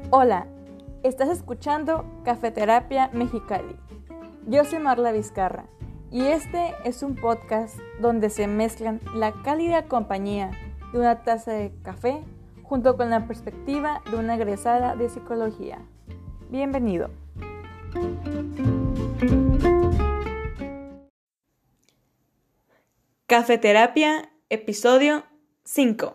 Hola, estás escuchando Cafeterapia Mexicali. Yo soy Marla Vizcarra y este es un podcast donde se mezclan la cálida compañía de una taza de café junto con la perspectiva de una egresada de psicología. Bienvenido. Cafeterapia, episodio 5.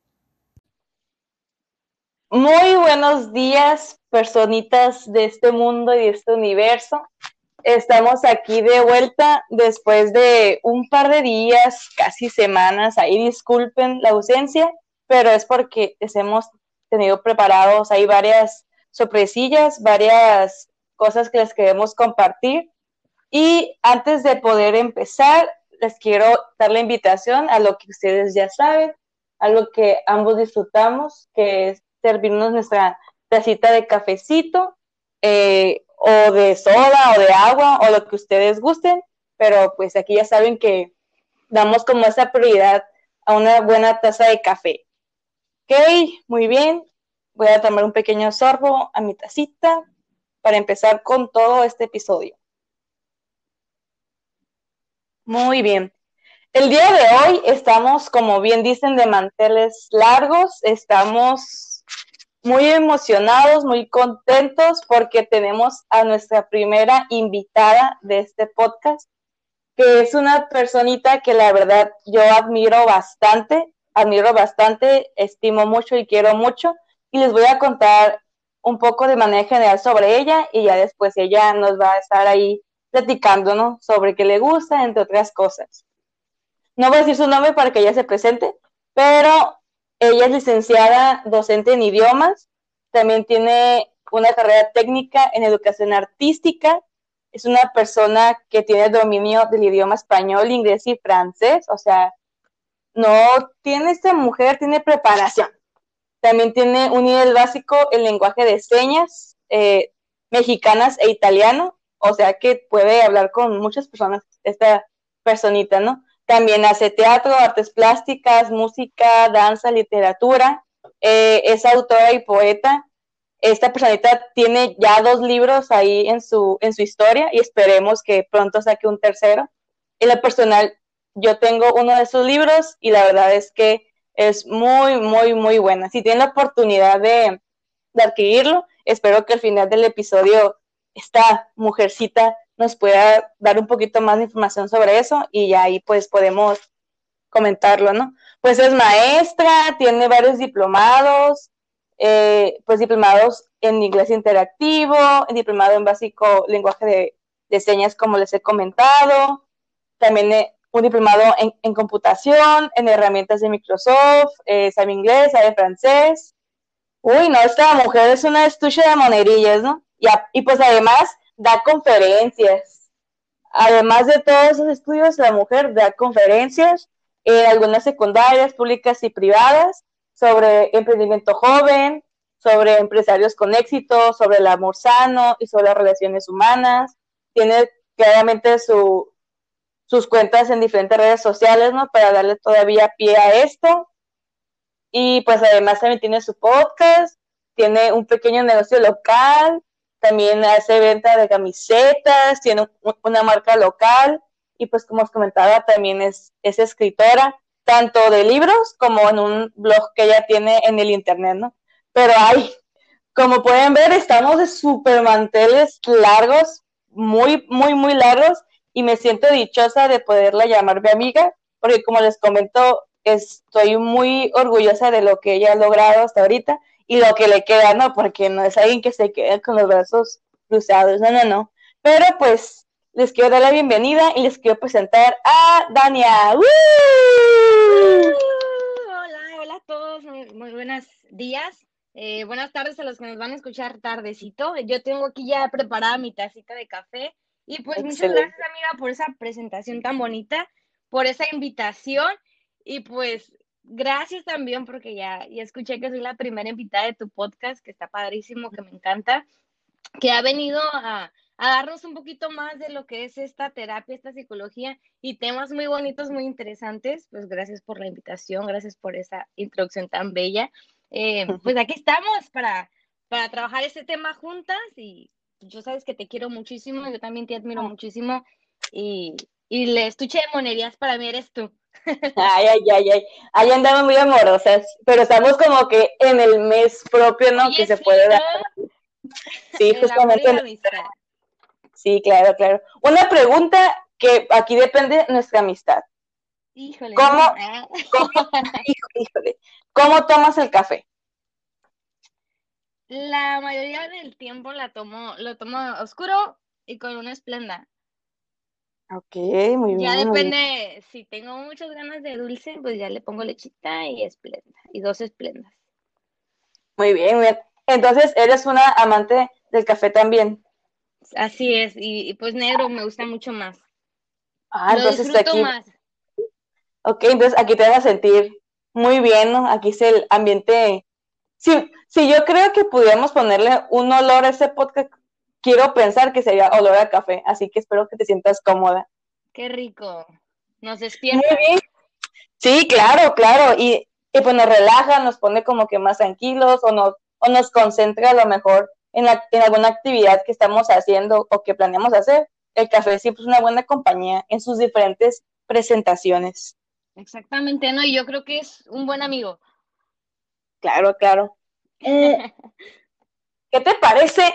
Muy buenos días, personitas de este mundo y de este universo. Estamos aquí de vuelta después de un par de días, casi semanas. Ahí disculpen la ausencia, pero es porque les hemos tenido preparados ahí varias sorpresillas, varias cosas que les queremos compartir. Y antes de poder empezar, les quiero dar la invitación a lo que ustedes ya saben, a lo que ambos disfrutamos, que es servirnos nuestra tacita de cafecito, o de soda, o de agua, o lo que ustedes gusten, pero pues aquí ya saben que damos como esa prioridad a una buena taza de café. Ok, muy bien, voy a tomar un pequeño sorbo a mi tacita para empezar con todo este episodio. Muy bien. El día de hoy estamos, como bien dicen, de manteles largos. Estamos muy emocionados, muy contentos porque tenemos a nuestra primera invitada de este podcast, que es una personita que la verdad yo admiro bastante, estimo mucho y quiero mucho. Y les voy a contar un poco de manera general sobre ella y ya después ella nos va a estar ahí platicando, ¿no? Sobre qué le gusta, entre otras cosas. No voy a decir su nombre para que ella se presente, pero ella es licenciada docente en idiomas, también tiene una carrera técnica en educación artística, es una persona que tiene dominio del idioma español, inglés y francés, o sea, no tiene esta mujer, tiene preparación. También tiene un nivel básico en lenguaje de señas, mexicanas e italiano, o sea que puede hablar con muchas personas, esta personita, ¿no? También hace teatro, artes plásticas, música, danza, literatura, es autora y poeta. Esta personita tiene ya 2 libros ahí en su historia y esperemos que pronto saque un tercero. En lo personal, yo tengo uno de sus libros y la verdad es que es muy, muy, muy buena. Si tienen la oportunidad de adquirirlo, espero que al final del episodio esta mujercita nos pueda dar un poquito más de información sobre eso y ya ahí pues podemos comentarlo, ¿no? Pues es maestra, tiene varios diplomados, pues diplomados en inglés interactivo, diplomado en básico lenguaje de señas como les he comentado, también un diplomado en computación, en herramientas de Microsoft, sabe inglés, sabe francés. Uy, no, esta mujer es una estuche de monerillas, ¿no? Y pues además da conferencias. Además de todos esos estudios, la mujer da conferencias en algunas secundarias, públicas y privadas, sobre emprendimiento joven, sobre empresarios con éxito, sobre el amor sano y sobre las relaciones humanas. Tiene claramente sus cuentas en diferentes redes sociales, ¿no? Para darle todavía pie a esto. Y pues además también tiene su podcast, tiene un pequeño negocio local, también hace venta de camisetas, tiene una marca local y pues como os comentaba también es escritora, tanto de libros como en un blog que ella tiene en el internet, ¿no? Pero como pueden ver, estamos de super manteles largos, muy, muy, muy largos y me siento dichosa de poderla llamar mi amiga, porque como les comento, estoy muy orgullosa de lo que ella ha logrado hasta ahorita y lo que le queda, ¿no? Porque no es alguien que se quede con los brazos cruzados, no. Pero pues les quiero dar la bienvenida y les quiero presentar a Dania. Hola a todos, muy buenos días. Buenas tardes a los que nos van a escuchar tardecito. Yo tengo aquí ya preparada mi tacita de café y pues Excelente. Muchas gracias, amiga, por esa presentación tan bonita, por esa invitación y pues gracias también porque ya escuché que soy la primera invitada de tu podcast, que está padrísimo, que me encanta, que ha venido a darnos un poquito más de lo que es esta terapia, esta psicología y temas muy bonitos, muy interesantes. Pues gracias por la invitación, gracias por esa introducción tan bella. Pues aquí estamos para para trabajar este tema juntas y yo sabes que te quiero muchísimo, yo también te admiro muchísimo y, y el estuche de monerías para mí eres tú. Ay, ay, ay, ay. Ahí andamos muy amorosas, pero estamos como que en el mes propio, ¿no? Que Oye, se sí, puede ¿no? dar. Sí, El amor y justamente. la amistad. Sí, claro, claro. Una pregunta que aquí depende de nuestra amistad. Híjole, ¿Cómo, no. cómo, híjole, cómo tomas el café? La mayoría del tiempo lo tomo oscuro y con una esplenda. Ok, muy Ya bien, muy bien. depende, si tengo muchas ganas de dulce, pues ya le pongo lechita y esplenda, y dos esplendas. Muy bien, muy bien. Entonces, eres una amante del café también. Así es, y pues negro me gusta mucho más. Ah, Lo entonces disfruto aquí, más. ok, entonces aquí te vas a sentir muy bien, ¿no? Aquí es el ambiente. Sí, sí, yo creo que pudiéramos ponerle un olor a ese podcast. Quiero pensar que sería olor a café, así que espero que te sientas cómoda. Qué rico. Nos Muy despierta. bien. Sí, claro, claro. Y pues nos relaja, nos pone como que más tranquilos o nos concentra a lo mejor en alguna actividad que estamos haciendo o que planeamos hacer. El café siempre es una buena compañía en sus diferentes presentaciones. Exactamente, ¿no? Y yo creo que es un buen amigo. Claro, claro. Mm, ¿Qué te parece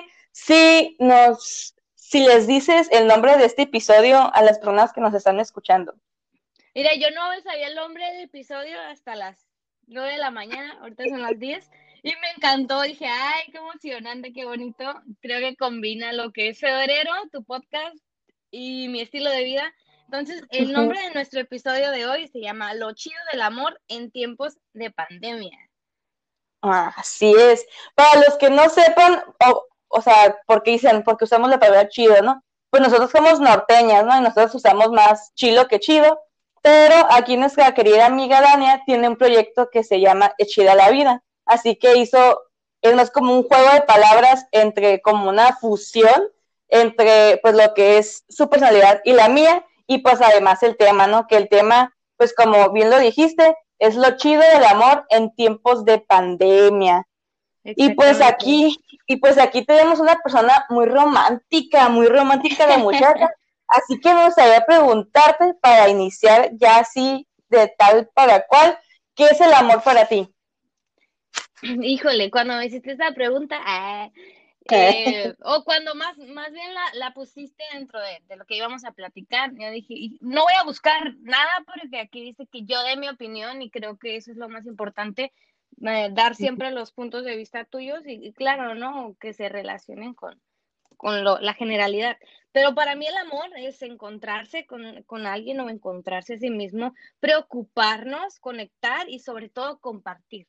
si les dices el nombre de este episodio a las personas que nos están escuchando? Mira, yo no sabía el nombre del episodio hasta las 9 de la mañana, ahorita son las 10, y me encantó. Dije, ay, qué emocionante, qué bonito. Creo que combina lo que es febrero, tu podcast, y mi estilo de vida. Entonces, el nombre de nuestro episodio de hoy se llama Lo chido del amor en tiempos de pandemia. Así es. Para los que no sepan, o sea, porque dicen, porque usamos la palabra chido, ¿no? Pues nosotros somos norteñas, ¿no? Y nosotros usamos más chilo que chido, pero aquí nuestra querida amiga Dania tiene un proyecto que se llama Chida la Vida. Así que es más como un juego de palabras entre, como una fusión entre, pues, lo que es su personalidad y la mía, y pues además el tema, ¿no? Que el tema, pues como bien lo dijiste, es lo chido del amor en tiempos de pandemia. Y pues Exactamente. aquí, y pues aquí tenemos una persona muy romántica la muchacha. Así que me gustaría preguntarte para iniciar ya así de tal para cual, ¿qué es el amor para ti? Híjole, cuando me hiciste esa pregunta, o cuando más bien la pusiste dentro de lo que íbamos a platicar, yo dije, y no voy a buscar nada porque aquí dice que yo dé mi opinión y creo que eso es lo más importante, dar siempre los puntos de vista tuyos y claro, ¿no? Que se relacionen con la generalidad. Pero para mí el amor es encontrarse con alguien o encontrarse a sí mismo, preocuparnos, conectar y sobre todo compartir.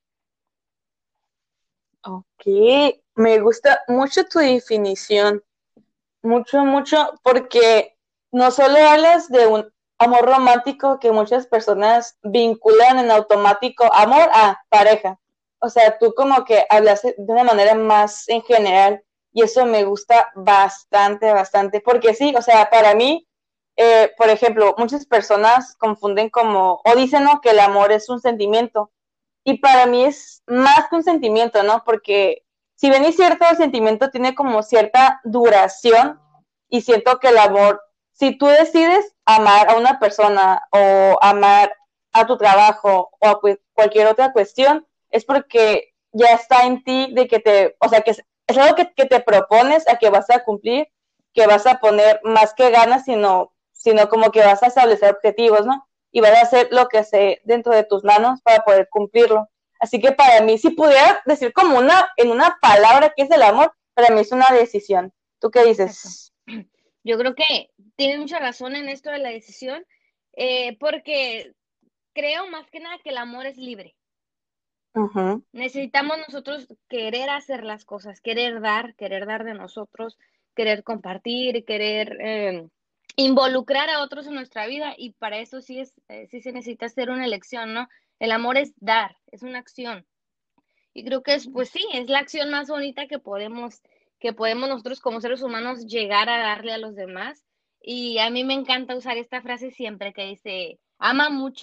Ok, me gusta mucho tu definición, mucho, mucho, porque no solo hablas de un amor romántico que muchas personas vinculan en automático amor a pareja. O sea, tú como que hablas de una manera más en general y eso me gusta bastante, bastante, porque sí, o sea, para mí, por ejemplo, muchas personas confunden como, o dicen, ¿no? Que el amor es un sentimiento y para mí es más que un sentimiento, ¿no? Porque si bien es cierto, el sentimiento tiene como cierta duración y siento que el amor, si tú decides amar a una persona o amar a tu trabajo o a cualquier otra cuestión, es porque ya está en ti de que o sea, que es algo que te propones a que vas a cumplir, que vas a poner más que ganas, sino como que vas a establecer objetivos, ¿no? Y vas a hacer lo que esté dentro de tus manos para poder cumplirlo. Así que para mí, si pudiera decir como en una palabra que es el amor, para mí es una decisión. ¿Tú qué Exacto. dices? Yo creo que tienes mucha razón en esto de la decisión, porque creo más que nada que el amor es libre. Uh-huh. Necesitamos nosotros querer hacer las cosas, querer dar de nosotros, querer compartir, querer involucrar a otros en nuestra vida y para eso sí se necesita hacer una elección, ¿no? El amor es dar, es una acción. Y creo que pues sí, es la acción más bonita que podemos nosotros como seres humanos llegar a darle a los demás. Y a mí me encanta usar esta frase siempre que dice,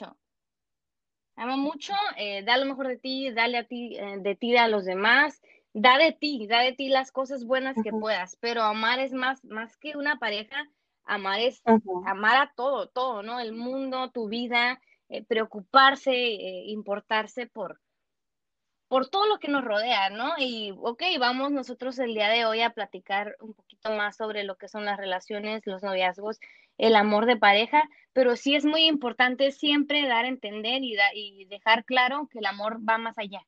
ama mucho, da lo mejor de ti, dale a ti, de ti a los demás, da de ti las cosas buenas que Ujú, puedas, pero amar es más que una pareja, amar es ujú. amar a todo, ¿no? El mundo, tu vida, preocuparse, importarse por todo lo que nos rodea, ¿no? Y ok, vamos nosotros el día de hoy a platicar un poquito más sobre lo que son las relaciones, los noviazgos, el amor de pareja, pero sí es muy importante siempre dar a entender y dejar claro que el amor va más allá.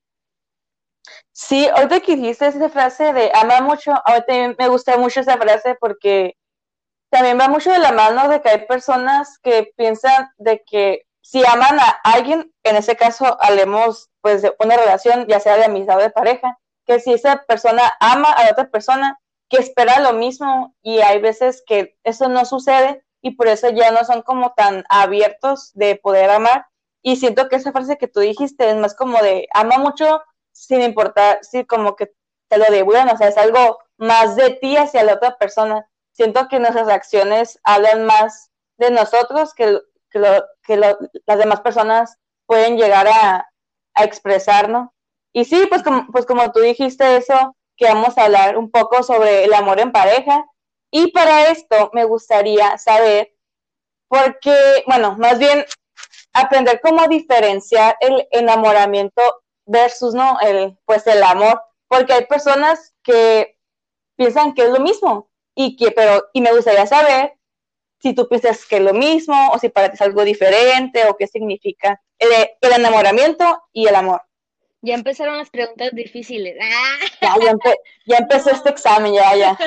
Sí, ahorita que dijiste esa frase de ama mucho, ahorita me gusta mucho esa frase porque también va mucho de la mano de que hay personas que piensan de que si aman a alguien, en ese caso hablemos pues de una relación, ya sea de amistad o de pareja, que si esa persona ama a la otra persona, que espera lo mismo y hay veces que eso no sucede y por eso ya no son como tan abiertos de poder amar. Y siento que esa frase que tú dijiste es más como de ama mucho sin importar si como que te lo devuelvan, o sea, es algo más de ti hacia la otra persona. Siento que nuestras acciones hablan más de nosotros que las demás personas pueden llegar a expresar, ¿no? Y sí, pues como tú dijiste eso, que vamos a hablar un poco sobre el amor en pareja. Y para esto me gustaría saber, porque, bueno, más bien aprender cómo diferenciar el enamoramiento versus, ¿no? Pues el amor. Porque hay personas que piensan que es lo mismo y me gustaría saber si tú piensas que es lo mismo o si para ti es algo diferente o qué significa el enamoramiento y el amor. Ya empezaron las preguntas difíciles. Ya, ya, ya empezó este No. examen, ya, ya.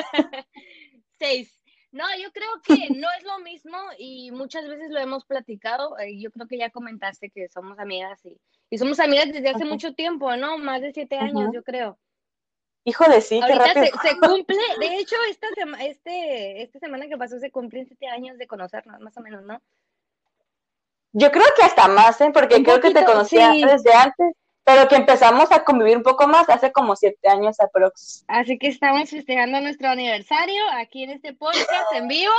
6. No, yo creo que no es lo mismo y muchas veces lo hemos platicado. Yo creo que ya comentaste que somos amigas y somos amigas desde hace Uh-huh, mucho tiempo, ¿no? Más de 7 años, uh-huh. yo creo. Híjole, sí, qué Ahorita rápido. se cumple, de hecho, esta semana que pasó se cumplen 7 años de conocernos, más o menos, ¿no? Yo creo que hasta más, ¿eh? Porque Un creo que te poquito, conocía sí. desde antes, pero que empezamos a convivir un poco más hace como 7 años aprox. Así que estamos festejando nuestro aniversario aquí en este podcast en vivo.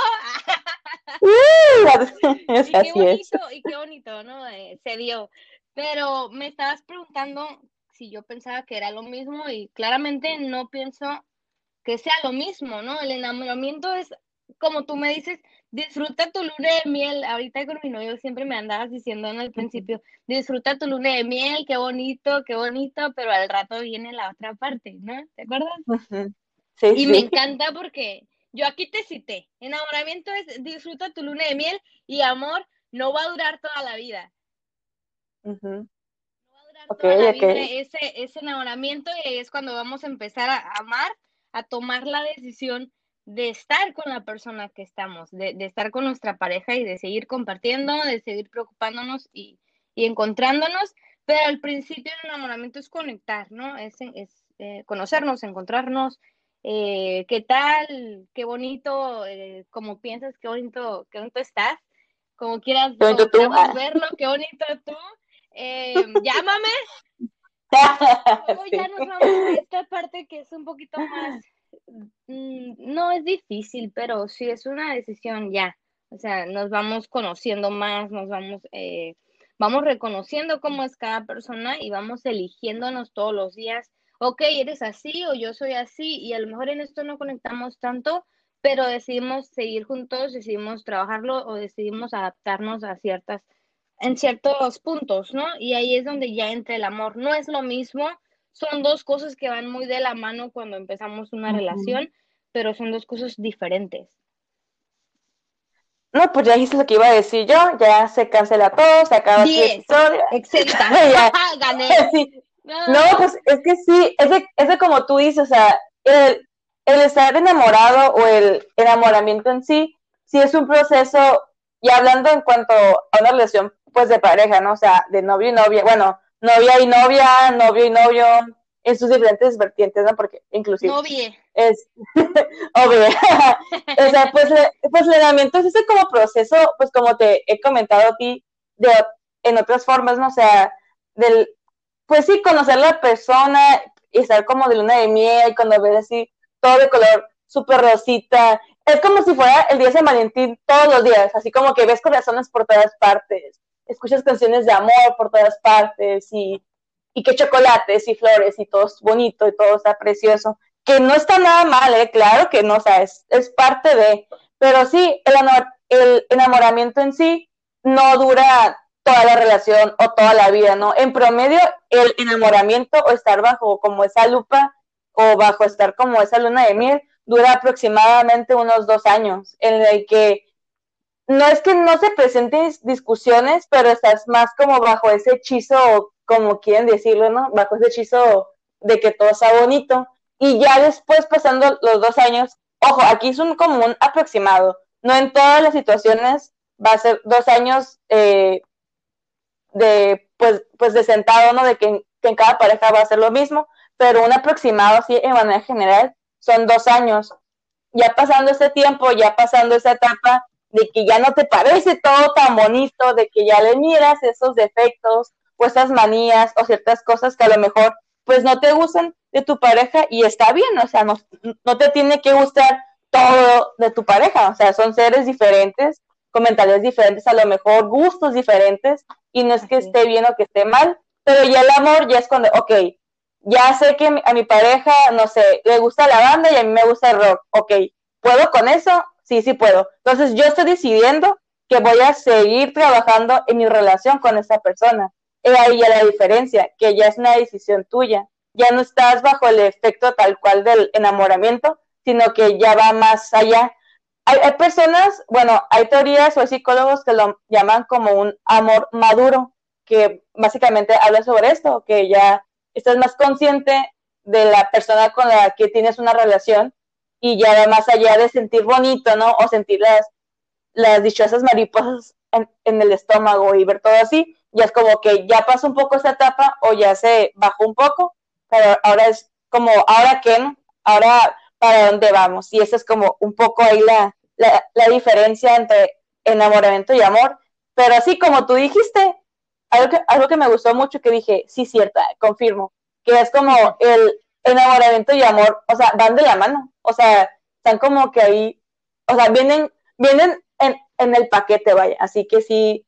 Así es. Y qué bonito, ¿no? Se dio. Pero me estabas preguntando si yo pensaba que era lo mismo y claramente no pienso que sea lo mismo, ¿no? El enamoramiento es, como tú me dices, disfruta tu luna de miel. Ahorita con mi novio siempre me andabas diciendo en el principio, disfruta tu luna de miel, qué bonito, pero al rato viene la otra parte, ¿no? ¿Te acuerdas? Uh-huh. Sí, Y me sí. encanta porque yo aquí te cité, enamoramiento es disfruta tu luna de miel y amor no va a durar toda la vida. Uh-huh. No va a durar Ok, toda la ok. vida ese enamoramiento y ahí es cuando vamos a empezar a amar, a tomar la decisión de estar con la persona que estamos, de estar con nuestra pareja y de seguir compartiendo, de seguir preocupándonos y encontrándonos, pero al principio el enamoramiento es conectar, ¿no? Es conocernos, encontrarnos, qué tal, qué bonito, como piensas, qué bonito estás, Qué bonito como tú. queramos Ah. verlo, qué bonito tú, llámame. Luego ya Sí. nos vamos a esta parte que es un poquito más, no es difícil, pero sí es una decisión ya. O sea, nos vamos conociendo más, vamos reconociendo cómo es cada persona y vamos eligiéndonos todos los días. Ok, eres así o yo soy así y a lo mejor en esto no conectamos tanto, pero decidimos seguir juntos, decidimos trabajarlo o decidimos adaptarnos a en ciertos puntos, ¿no? Y ahí es donde ya entra el amor. No es lo mismo, son dos cosas que van muy de la mano cuando empezamos una Uh-huh. relación, pero son dos cosas diferentes. No, pues ya dijiste lo que iba a decir yo, ya se cancela todo, se acaba aquí el 10, episodio. exenta, Ya, gané. sí. No, No, pues es que sí, ese como tú dices, o sea, el estar enamorado o el enamoramiento en sí, sí es un proceso, y hablando en cuanto a una relación, pues de pareja, ¿no? O sea, de novio y novia, bueno, novia y novia, novio y novio, en sus diferentes vertientes, ¿no? Porque inclusive novie. es obvio. O sea, pues el entrenamiento es ese como proceso, pues como te he comentado a ti, de, en otras formas, ¿no? O sea, del, pues sí, conocer a la persona y estar como de luna de miel, cuando ves así todo de color súper rosita. Es como si fuera el día de San Valentín todos los días, así como que ves corazones por todas partes, escuchas canciones de amor por todas partes y y que chocolates y flores y todo es bonito y todo está precioso, que no está nada mal, claro que no, o sea, es parte de, pero sí, el enamoramiento en sí no dura toda la relación o toda la vida, ¿no? En promedio, el enamoramiento o estar bajo como esa lupa o bajo estar como esa luna de miel dura aproximadamente unos 2 años, en el que no es que no se presenten discusiones, pero estás más como bajo ese hechizo, como quieren decirlo, ¿no? Bajo ese hechizo de que todo sea bonito. Y ya después, pasando los 2 años, ojo, aquí es como un aproximado. No en todas las situaciones va a ser 2 años pues de sentado, ¿no? De que en cada pareja va a ser lo mismo, pero un aproximado, así en manera general, son 2 años. Ya pasando ese tiempo, ya pasando esa etapa de que ya no te parece todo tan bonito, de que ya le miras esos defectos o esas manías o ciertas cosas que a lo mejor pues no te gustan de tu pareja y está bien, o sea, no te tiene que gustar todo de tu pareja, o sea, son seres diferentes, comentarios diferentes, a lo mejor gustos diferentes y no es que esté bien o que esté mal, pero ya el amor ya es cuando, ok, ya sé que a mi pareja, no sé, le gusta la banda y a mí me gusta el rock, ok, ¿puedo con eso? Sí, sí puedo. Entonces yo estoy decidiendo que voy a seguir trabajando en mi relación con esa persona. Y ahí ya la diferencia, que ya es una decisión tuya. Ya no estás bajo el efecto tal cual del enamoramiento, sino que ya va más allá. Hay personas, bueno, hay teorías o hay psicólogos que lo llaman como un amor maduro, que básicamente habla sobre esto, que ya estás más consciente de la persona con la que tienes una relación y ya va más allá de sentir bonito, ¿no? O sentir las dichosas mariposas en el estómago y ver todo así, ya es como que ya pasó un poco esa etapa o ya se bajó un poco, pero ahora es como, ¿ahora qué? No? Ahora, ¿para dónde vamos? Y esa es como un poco ahí la diferencia entre enamoramiento y amor. Pero así como tú dijiste, algo que me gustó mucho que dije, sí, cierta, confirmo, que es como el enamoramiento y amor, o sea, van de la mano, o sea, están como que ahí, o sea, vienen en el paquete, vaya, así que sí,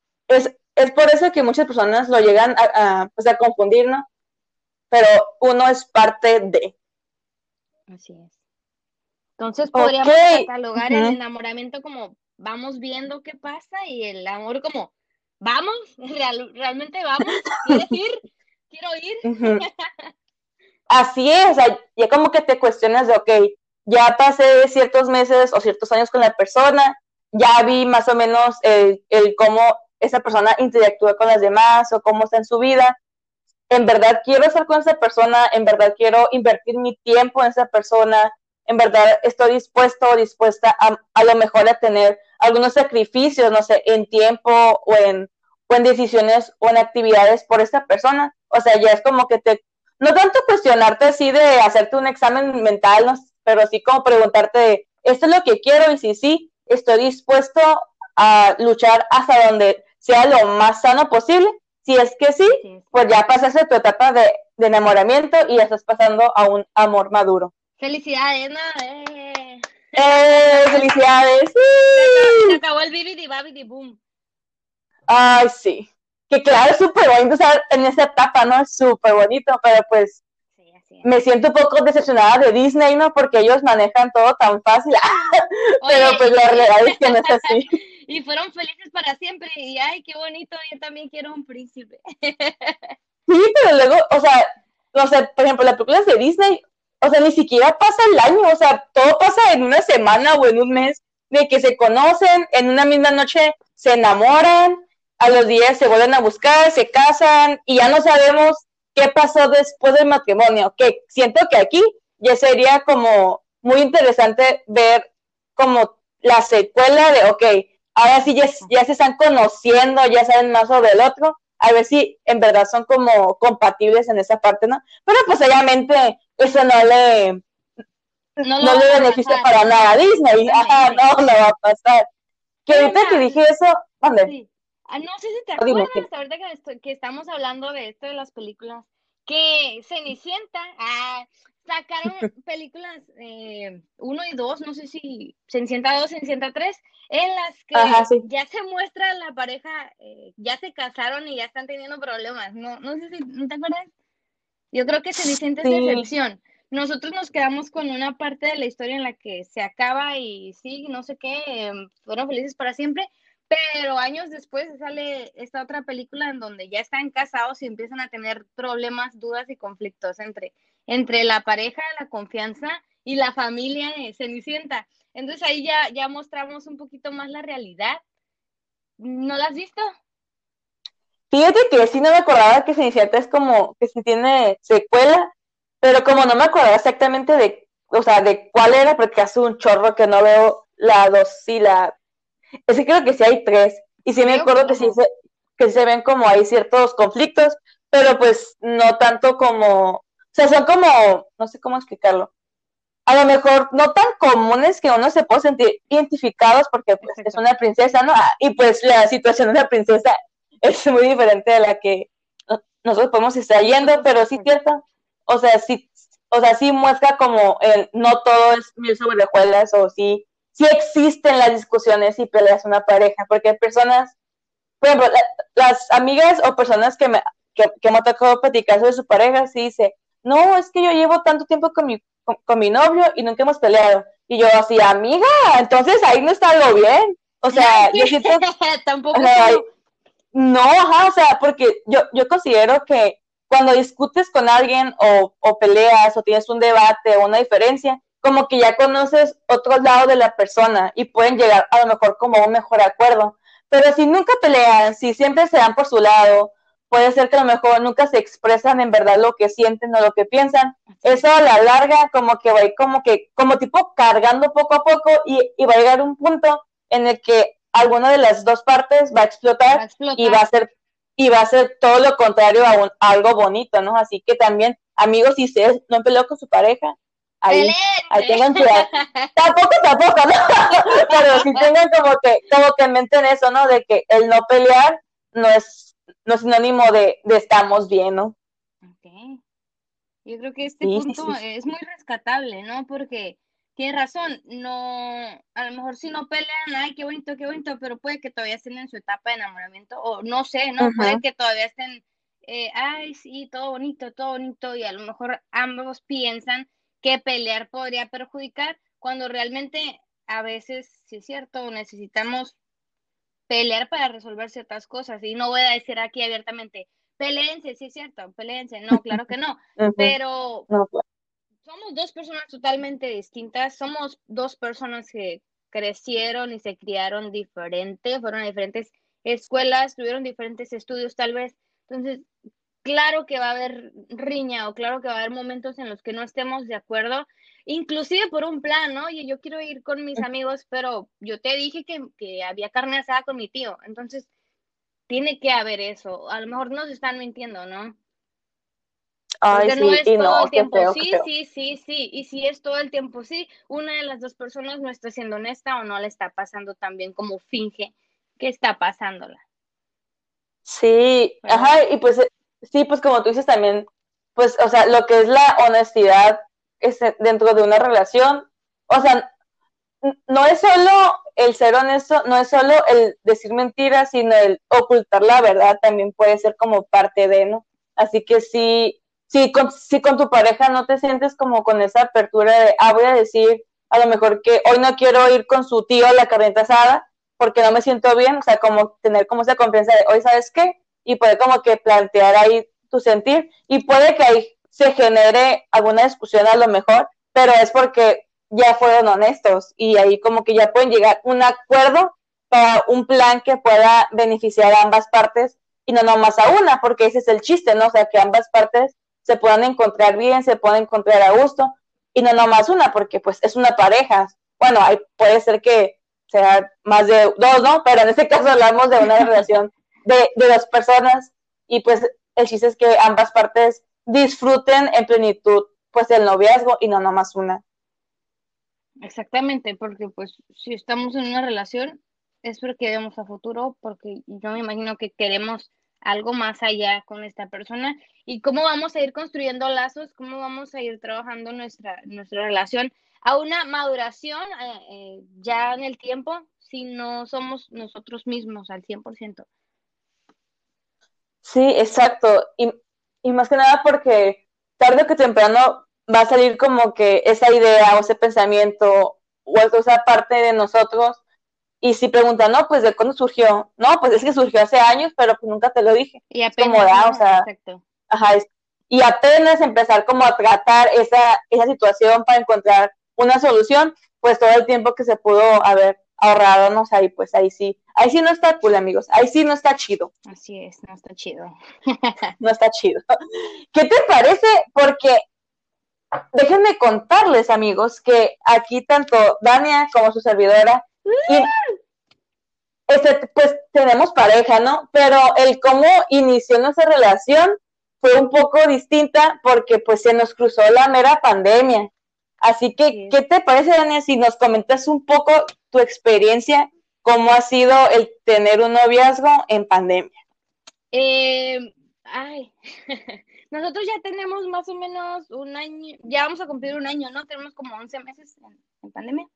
es por eso que muchas personas lo llegan pues a confundir, ¿no? Pero uno es parte de. Así es. Entonces Ok. podríamos catalogar el Uh-huh. enamoramiento como vamos viendo qué pasa y el amor como vamos, realmente vamos, ¿quieres ir? Quiero ir. Uh-huh. Así es, o sea, ya como que te cuestionas de, ok, ya pasé ciertos meses o ciertos años con la persona, ya vi más o menos el cómo esa persona interactúa con las demás o cómo está en su vida. En verdad quiero estar con esa persona, en verdad quiero invertir mi tiempo en esa persona, en verdad estoy dispuesto o dispuesta a lo mejor a tener algunos sacrificios, no sé, en tiempo o en decisiones o en actividades por esta persona. O sea, ya es como que no tanto cuestionarte así de hacerte un examen mental, ¿no? Pero sí como preguntarte, ¿esto es lo que quiero? Y si sí, estoy dispuesto a luchar hasta donde sea lo más sano posible. Si es que sí, Así es. pues ya pasaste tu etapa de enamoramiento y ya estás pasando a un amor maduro. Felicidades, ¿no? ¡Felicidades! Se acabó el bibidi babidi boom. Ay, sí. Que claro, es súper bonito estar en esa etapa, ¿no? Es súper bonito, pero pues Sí, así es. me siento un poco decepcionada de Disney, ¿no? Porque ellos manejan todo tan fácil. Pero Oye, pues la realidad es que no es así. y fueron felices para siempre. Y ay, qué bonito, yo también quiero un príncipe. Sí, pero luego, o sea, no sé, por ejemplo, las películas de Disney, o sea, ni siquiera pasa el año, o sea, todo pasa en una semana o en un mes, de que se conocen, en una misma noche se enamoran, a los días se vuelven a buscar, se casan y ya no sabemos qué pasó después del matrimonio, que siento que aquí ya sería como muy interesante ver como la secuela de, ok, ahora sí ya se están conociendo, ya saben más sobre el otro, a ver si en verdad son como compatibles en esa parte, ¿no? Pero pues obviamente eso No lo no van le a beneficia pasar, para nada a Disney. Ajá, exactamente. no va a pasar. Que Pero ahorita que mira, dije eso, ¿dónde? sí. No sé si te Dime, acuerdas, dime. ahorita que estamos hablando de esto de las películas, que Cenicienta sacaron películas 1 y 2, no sé si Cenicienta 2, Cenicienta 3, en las Ajá, que sí. ya se muestra la pareja, ya se casaron y ya están teniendo problemas. No, no sé si, ¿no te acuerdas? Yo creo que Cenicienta es la Sí, excepción. Nosotros nos quedamos con una parte de la historia en la que se acaba y sí, no sé qué, fueron felices para siempre, pero años después sale esta otra película en donde ya están casados y empiezan a tener problemas, dudas y conflictos entre la pareja, la confianza y la familia de Cenicienta. Entonces ahí ya mostramos un poquito más la realidad. ¿No la has visto? fíjate que sí no me acordaba que Cenicienta es como que sí tiene secuela, pero como no me acordaba exactamente de, o sea, de cuál era, porque hace un chorro que no veo la dos y la... Es que creo que sí hay tres, y sí me Creo que, acuerdo ajá, que sí se ven como hay ciertos conflictos, pero pues no tanto como... O sea, son como, no sé cómo explicarlo. A lo mejor no tan comunes que uno se puede sentir identificados porque pues es exacto. una princesa, ¿no? Y pues la situación de la princesa es muy diferente de la que nosotros podemos estar yendo, Nosotros, pero sí es exacto. cierto. O sea, sí muestra como no todo es mil sobre hojuelas o sí existen las discusiones y peleas en una pareja, porque hay personas, por ejemplo, las amigas o personas que me ha tocado platicar sobre su pareja, sí dice, no, es que yo llevo tanto tiempo con mi novio y nunca hemos peleado. Y yo así, amiga, entonces ahí no está algo bien. O Ay, sea, sí, yo siento, o tampoco sea, todo. no, ajá, o sea, porque yo considero que cuando discutes con alguien o peleas o tienes un debate o una diferencia, como que ya conoces otro lado de la persona y pueden llegar a lo mejor como a un mejor acuerdo. Pero si nunca pelean, si siempre se dan por su lado, puede ser que a lo mejor nunca se expresan en verdad lo que sienten o lo que piensan. Así Eso es. a la larga como que va a ir como tipo cargando poco a poco y va a llegar un punto en el que alguna de las dos partes va a Va explotar a y explotar. va a ser todo lo contrario a algo bonito, ¿no? Así que también, amigos, si ustedes no han peleado con su pareja, ahí ¡Peleense! tengan cuidado. Tampoco, ¿no? Pero sí tengan como que en mente en eso, ¿no? De que el no pelear no es sinónimo de estamos bien, ¿no? Ok. Yo creo que este Sí, sí, punto sí. es muy rescatable, ¿no? Porque tienes razón, no, a lo mejor si no pelean, ay, qué bonito, pero puede que todavía estén en su etapa de enamoramiento, o no sé, ¿no? Puede Uh-huh. que todavía estén, ay, sí, todo bonito, y a lo mejor ambos piensan que pelear podría perjudicar, cuando realmente a veces, sí es cierto, necesitamos pelear para resolver ciertas cosas. Y no voy a decir aquí abiertamente, peleense, sí es cierto, peleense. No, claro que no. Uh-huh. Pero No, pues, somos dos personas totalmente distintas. Somos dos personas que crecieron y se criaron diferente, fueron a diferentes escuelas, tuvieron diferentes estudios tal vez. Entonces, claro que va a haber riña o claro que va a haber momentos en los que no estemos de acuerdo, inclusive por un plan, ¿no? Oye, yo quiero ir con mis amigos, pero yo te dije que había carne asada con mi tío, entonces tiene que haber eso. A lo mejor nos están mintiendo, ¿no? ay, Porque no sí, es y todo no, el qué tiempo feo, qué sí, feo. sí, sí, sí. Y si es todo el tiempo sí, una de las dos personas no está siendo honesta o no le está pasando tan bien como finge que está pasándola, Sí, ¿verdad? ajá, y pues sí, pues como tú dices también, pues, o sea, lo que es la honestidad dentro de una relación, o sea, no es solo el ser honesto, no es solo el decir mentiras, sino el ocultar la verdad también puede ser como parte de, ¿no? Así que sí, si con tu pareja no te sientes como con esa apertura de, voy a decir a lo mejor que hoy no quiero ir con su tío a la carnita asada porque no me siento bien, o sea, como tener como esa confianza de, hoy sabes qué, y puede como que plantear ahí tu sentir, y puede que ahí se genere alguna discusión a lo mejor, pero es porque ya fueron honestos y ahí como que ya pueden llegar a un acuerdo para un plan que pueda beneficiar a ambas partes y no nomás a una, porque ese es el chiste, ¿no? O sea, que ambas partes se puedan encontrar bien, se puedan encontrar a gusto y no nomás una, porque pues es una pareja. Bueno, ahí puede ser que sea más de dos, ¿no? Pero en este caso hablamos de una relación de dos personas y pues el chiste es que ambas partes disfruten en plenitud pues el noviazgo y no nomás una. Exactamente, porque pues si estamos en una relación es porque vemos a futuro, porque yo me imagino que queremos algo más allá con esta persona y cómo vamos a ir construyendo lazos, cómo vamos a ir trabajando nuestra relación a una maduración ya en el tiempo si no somos nosotros mismos al 100%. Sí, exacto. Y más que nada porque tarde o que temprano va a salir como que esa idea o ese pensamiento o esa parte de nosotros. Y si preguntan, no, pues de cuándo surgió, no, pues es que surgió hace años, pero pues nunca te lo dije. Y Es como, apenas, o ¿no? sea, Exacto. ajá, y apenas empezar como a tratar esa situación para encontrar una solución, pues todo el tiempo que se pudo haber ahorrado, no sé, pues ahí sí no está cool, amigos, ahí sí no está chido, Así es, no está chido. no está chido. ¿Qué te parece? Porque déjenme contarles, amigos, que aquí tanto Dania como su servidora, y pues tenemos pareja, ¿no? Pero el cómo inició nuestra relación fue un poco distinta porque pues se nos cruzó la mera pandemia. Así que, Así es. ¿qué te parece, Dania, si nos comentas un poco tu experiencia, cómo ha sido el tener un noviazgo en pandemia? Ay, nosotros ya tenemos más o menos un año, ya vamos a cumplir un año, ¿no? Tenemos como 11 meses en pandemia.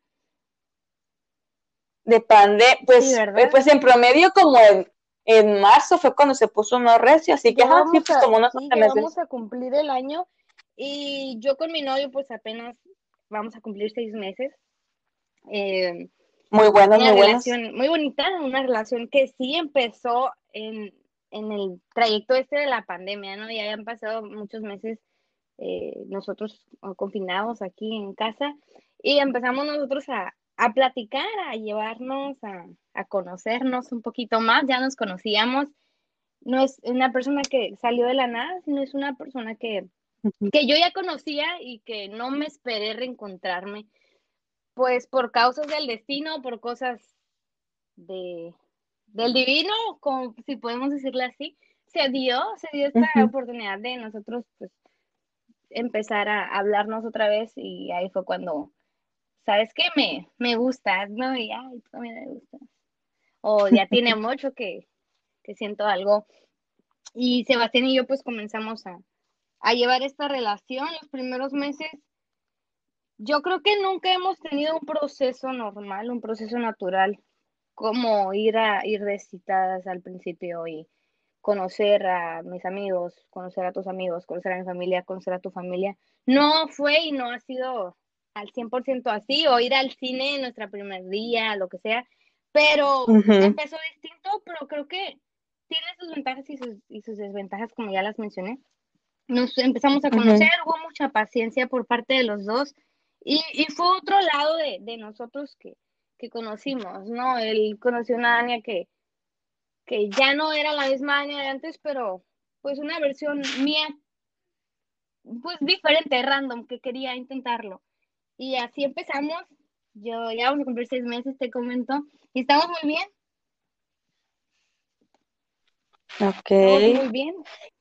De pandemia, Sí, ¿verdad? pues en promedio como en marzo fue cuando se puso más recio, así que, ajá, sí, pues como unos Sí, 11 ya vamos meses. a cumplir el año y yo con mi novio pues apenas vamos a cumplir 6 meses. Eh, Muy buenos, una muy buenos. relación muy bonita, una relación que sí empezó en el trayecto este de la pandemia, ¿no? Ya habían pasado muchos meses nosotros confinados aquí en casa y empezamos nosotros a platicar, a llevarnos, a conocernos un poquito más, ya nos conocíamos. No es una persona que salió de la nada, sino es una persona que yo ya conocía y que no me esperé reencontrarme, pues por causas del destino, por cosas de, del divino, como si podemos decirlo así, se dio esta oportunidad de nosotros pues empezar a hablarnos otra vez y ahí fue cuando, ¿sabes qué? Me gustas, ¿no? Y ay, tú también me gustas. O ya tiene mucho que siento algo. Y Sebastián y yo pues comenzamos a llevar esta relación los primeros meses. Yo creo que nunca hemos tenido un proceso normal, un proceso natural, como ir de citas al principio y conocer a mis amigos, conocer a tus amigos, conocer a mi familia, conocer a tu familia. No fue y no ha sido al 100% así, o ir al cine en nuestro primer día, lo que sea, pero Ujú, empezó distinto, pero creo que tiene sus ventajas y sus desventajas, como ya las mencioné. Nos empezamos a conocer, ujú. hubo mucha paciencia por parte de los dos y fue otro lado de nosotros que conocimos, ¿no? Él conoció una Ania que ya no era la misma Ania de antes, pero pues una versión mía, pues diferente, random, que quería intentarlo. Y así empezamos. Yo ya vamos a cumplir 6 meses, te comento, y Ok, estamos muy bien.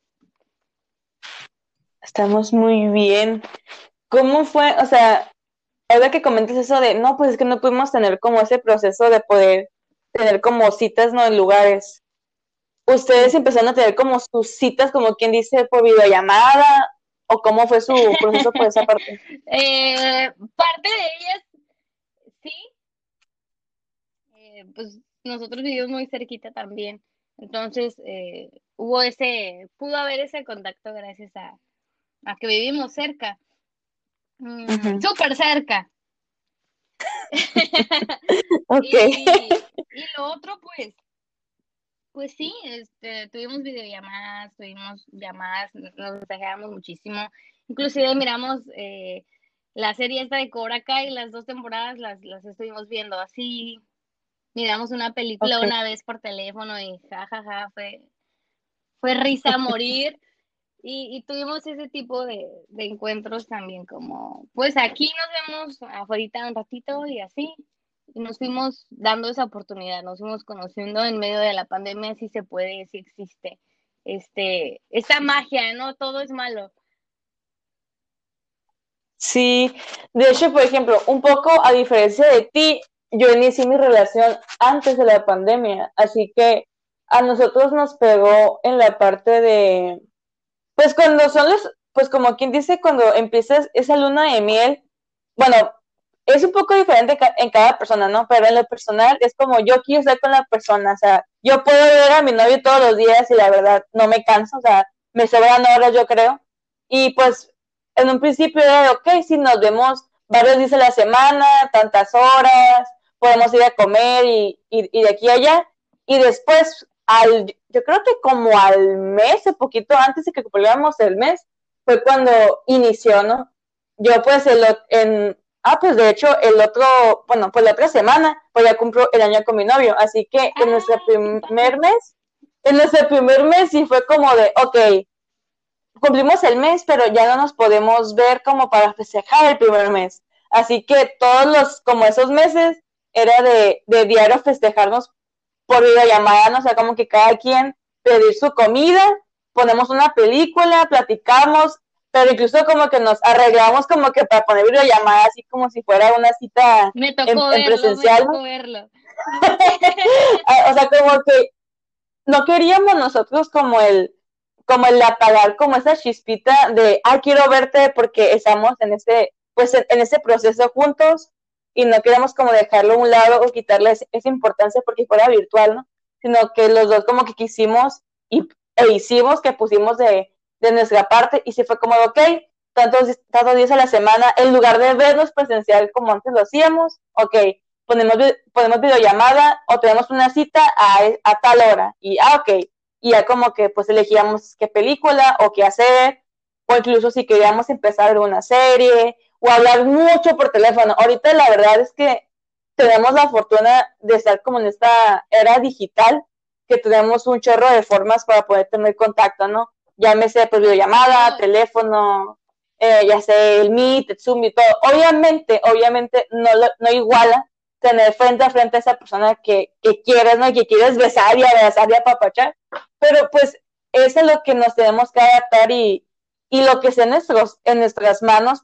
estamos muy bien. ¿Cómo fue? O sea, ahora que comentas eso de, no, pues es que no pudimos tener como ese proceso de poder tener como citas, ¿no? En lugares. ¿Ustedes Sí. empezaron a tener como sus citas, como quien dice, por videollamada? ¿O cómo fue su proceso por esa parte? Parte de ellas, sí, pues nosotros vivimos muy cerquita también. Entonces, pudo haber ese contacto gracias a que vivimos cerca, Ujú. súper cerca. Ok. Y lo otro, pues sí, tuvimos videollamadas, tuvimos llamadas, nos mensajeamos muchísimo. Inclusive miramos la serie esta de Cobra Kai, las 2 temporadas las estuvimos viendo así. Miramos una película Ok. una vez por teléfono y jajaja, fue risa a morir. Y tuvimos ese tipo de encuentros también, como, pues aquí nos vemos afuera un ratito y así. Y nos fuimos dando esa oportunidad, nos fuimos conociendo en medio de la pandemia, si se puede, si existe. Esta magia, ¿no? Todo es malo. Sí, de hecho, por ejemplo, un poco a diferencia de ti, yo inicié mi relación antes de la pandemia, así que a nosotros nos pegó en la parte de, pues cuando son los, pues como quien dice, cuando empiezas esa luna de miel, bueno, es un poco diferente en cada persona, ¿no? Pero en lo personal es como yo quiero estar con la persona, o sea, yo puedo ver a mi novio todos los días y la verdad no me canso, o sea, me sobran horas yo creo. Y pues en un principio era de, ok, si nos vemos varios días a la semana, tantas horas, podemos ir a comer y de aquí a allá. Y después, yo creo que como al mes, un poquito antes de que cumpliéramos el mes, fue cuando inició, ¿no? Yo pues pues de hecho el otro, bueno, pues la otra semana, pues ya cumplo el año con mi novio, así que en nuestro primer mes sí fue como de, ok, cumplimos el mes, pero ya no nos podemos ver como para festejar el primer mes. Así que todos como esos meses, era de diario festejarnos por videollamada, ¿no? O sea, como que cada quien pedir su comida, ponemos una película, platicamos, pero incluso como que nos arreglamos como que para poner videollamada, así como si fuera una cita Me tocó en verlo, me presencial, ¿no? tocó verlo. O sea, como que no queríamos nosotros como el apagar como esa chispita de, quiero verte porque estamos pues en ese proceso juntos y no queremos como dejarlo a un lado o quitarle esa importancia porque fuera virtual, ¿no? Sino que los dos como que quisimos e hicimos que pusimos de nuestra parte y se fue como, ok, tantos días a la semana, en lugar de vernos presencial como antes lo hacíamos, ok, ponemos videollamada o tenemos una cita a tal hora y ok, y ya como que pues elegíamos qué película o qué hacer, o incluso si queríamos empezar a ver una serie o hablar mucho por teléfono. Ahorita la verdad es que tenemos la fortuna de estar como en esta era digital, que tenemos un chorro de formas para poder tener contacto, ¿no? Llámese pues videollamada, teléfono, ya sé, el Meet, el Zoom y todo. Obviamente no iguala tener frente a frente a esa persona que quieres, ¿no? Y que quieres besar y abrazar y apapachar. Pero pues eso es lo que nos tenemos que adaptar y lo que sea en nuestras manos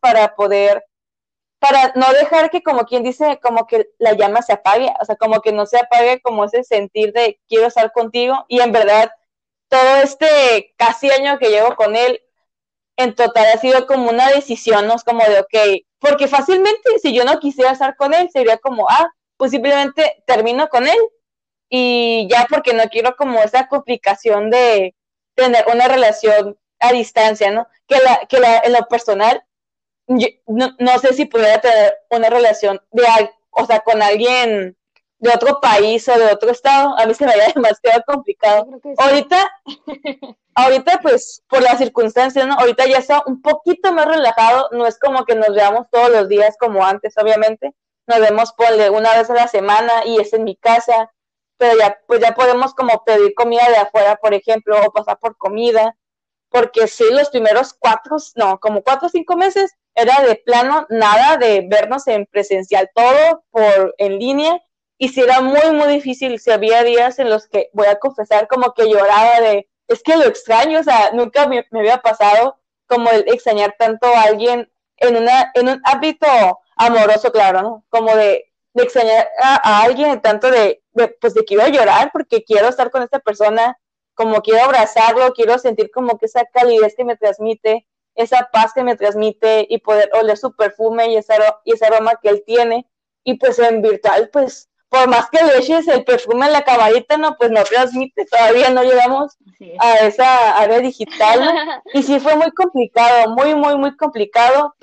para no dejar que, como quien dice, como que la llama se apague, o sea, como que no se apague como ese sentir de quiero estar contigo y en verdad todo este casi año que llevo con él, en total ha sido como una decisión, ¿no? Es como de, ok, porque fácilmente si yo no quisiera estar con él, sería como, pues simplemente termino con él y ya porque no quiero como esa complicación de tener una relación a distancia, ¿no? En lo personal, no sé si pudiera tener una relación o sea, con alguien de otro país o de otro estado, a mí se me haría demasiado complicado. Yo creo que sí. Ahorita pues por las circunstancias, ¿no? Ahorita ya está un poquito más relajado, no es como que nos veamos todos los días como antes, obviamente. Nos vemos ponle una vez a la semana y es en mi casa, pero ya pues ya podemos como pedir comida de afuera, por ejemplo, o pasar por comida, porque sí, los primeros como 4 o 5 meses era de plano nada de vernos en presencial, todo en línea, y sí era muy, muy difícil, si había días en los que, voy a confesar, como que lloraba es que lo extraño, o sea, nunca me había pasado como el extrañar tanto a alguien en un ámbito amoroso, claro, ¿no? Como de extrañar a alguien tanto pues de quiero llorar porque quiero estar con esta persona, como quiero abrazarlo, quiero sentir como que esa calidez que me transmite, esa paz que me transmite y poder oler su perfume y ese aroma que él tiene. Y pues en virtual, pues por más que le eches el perfume en la camarita, no, pues no transmite, todavía no llegamos a esa área digital, ¿no? Y sí fue muy complicado, muy, muy, muy complicado,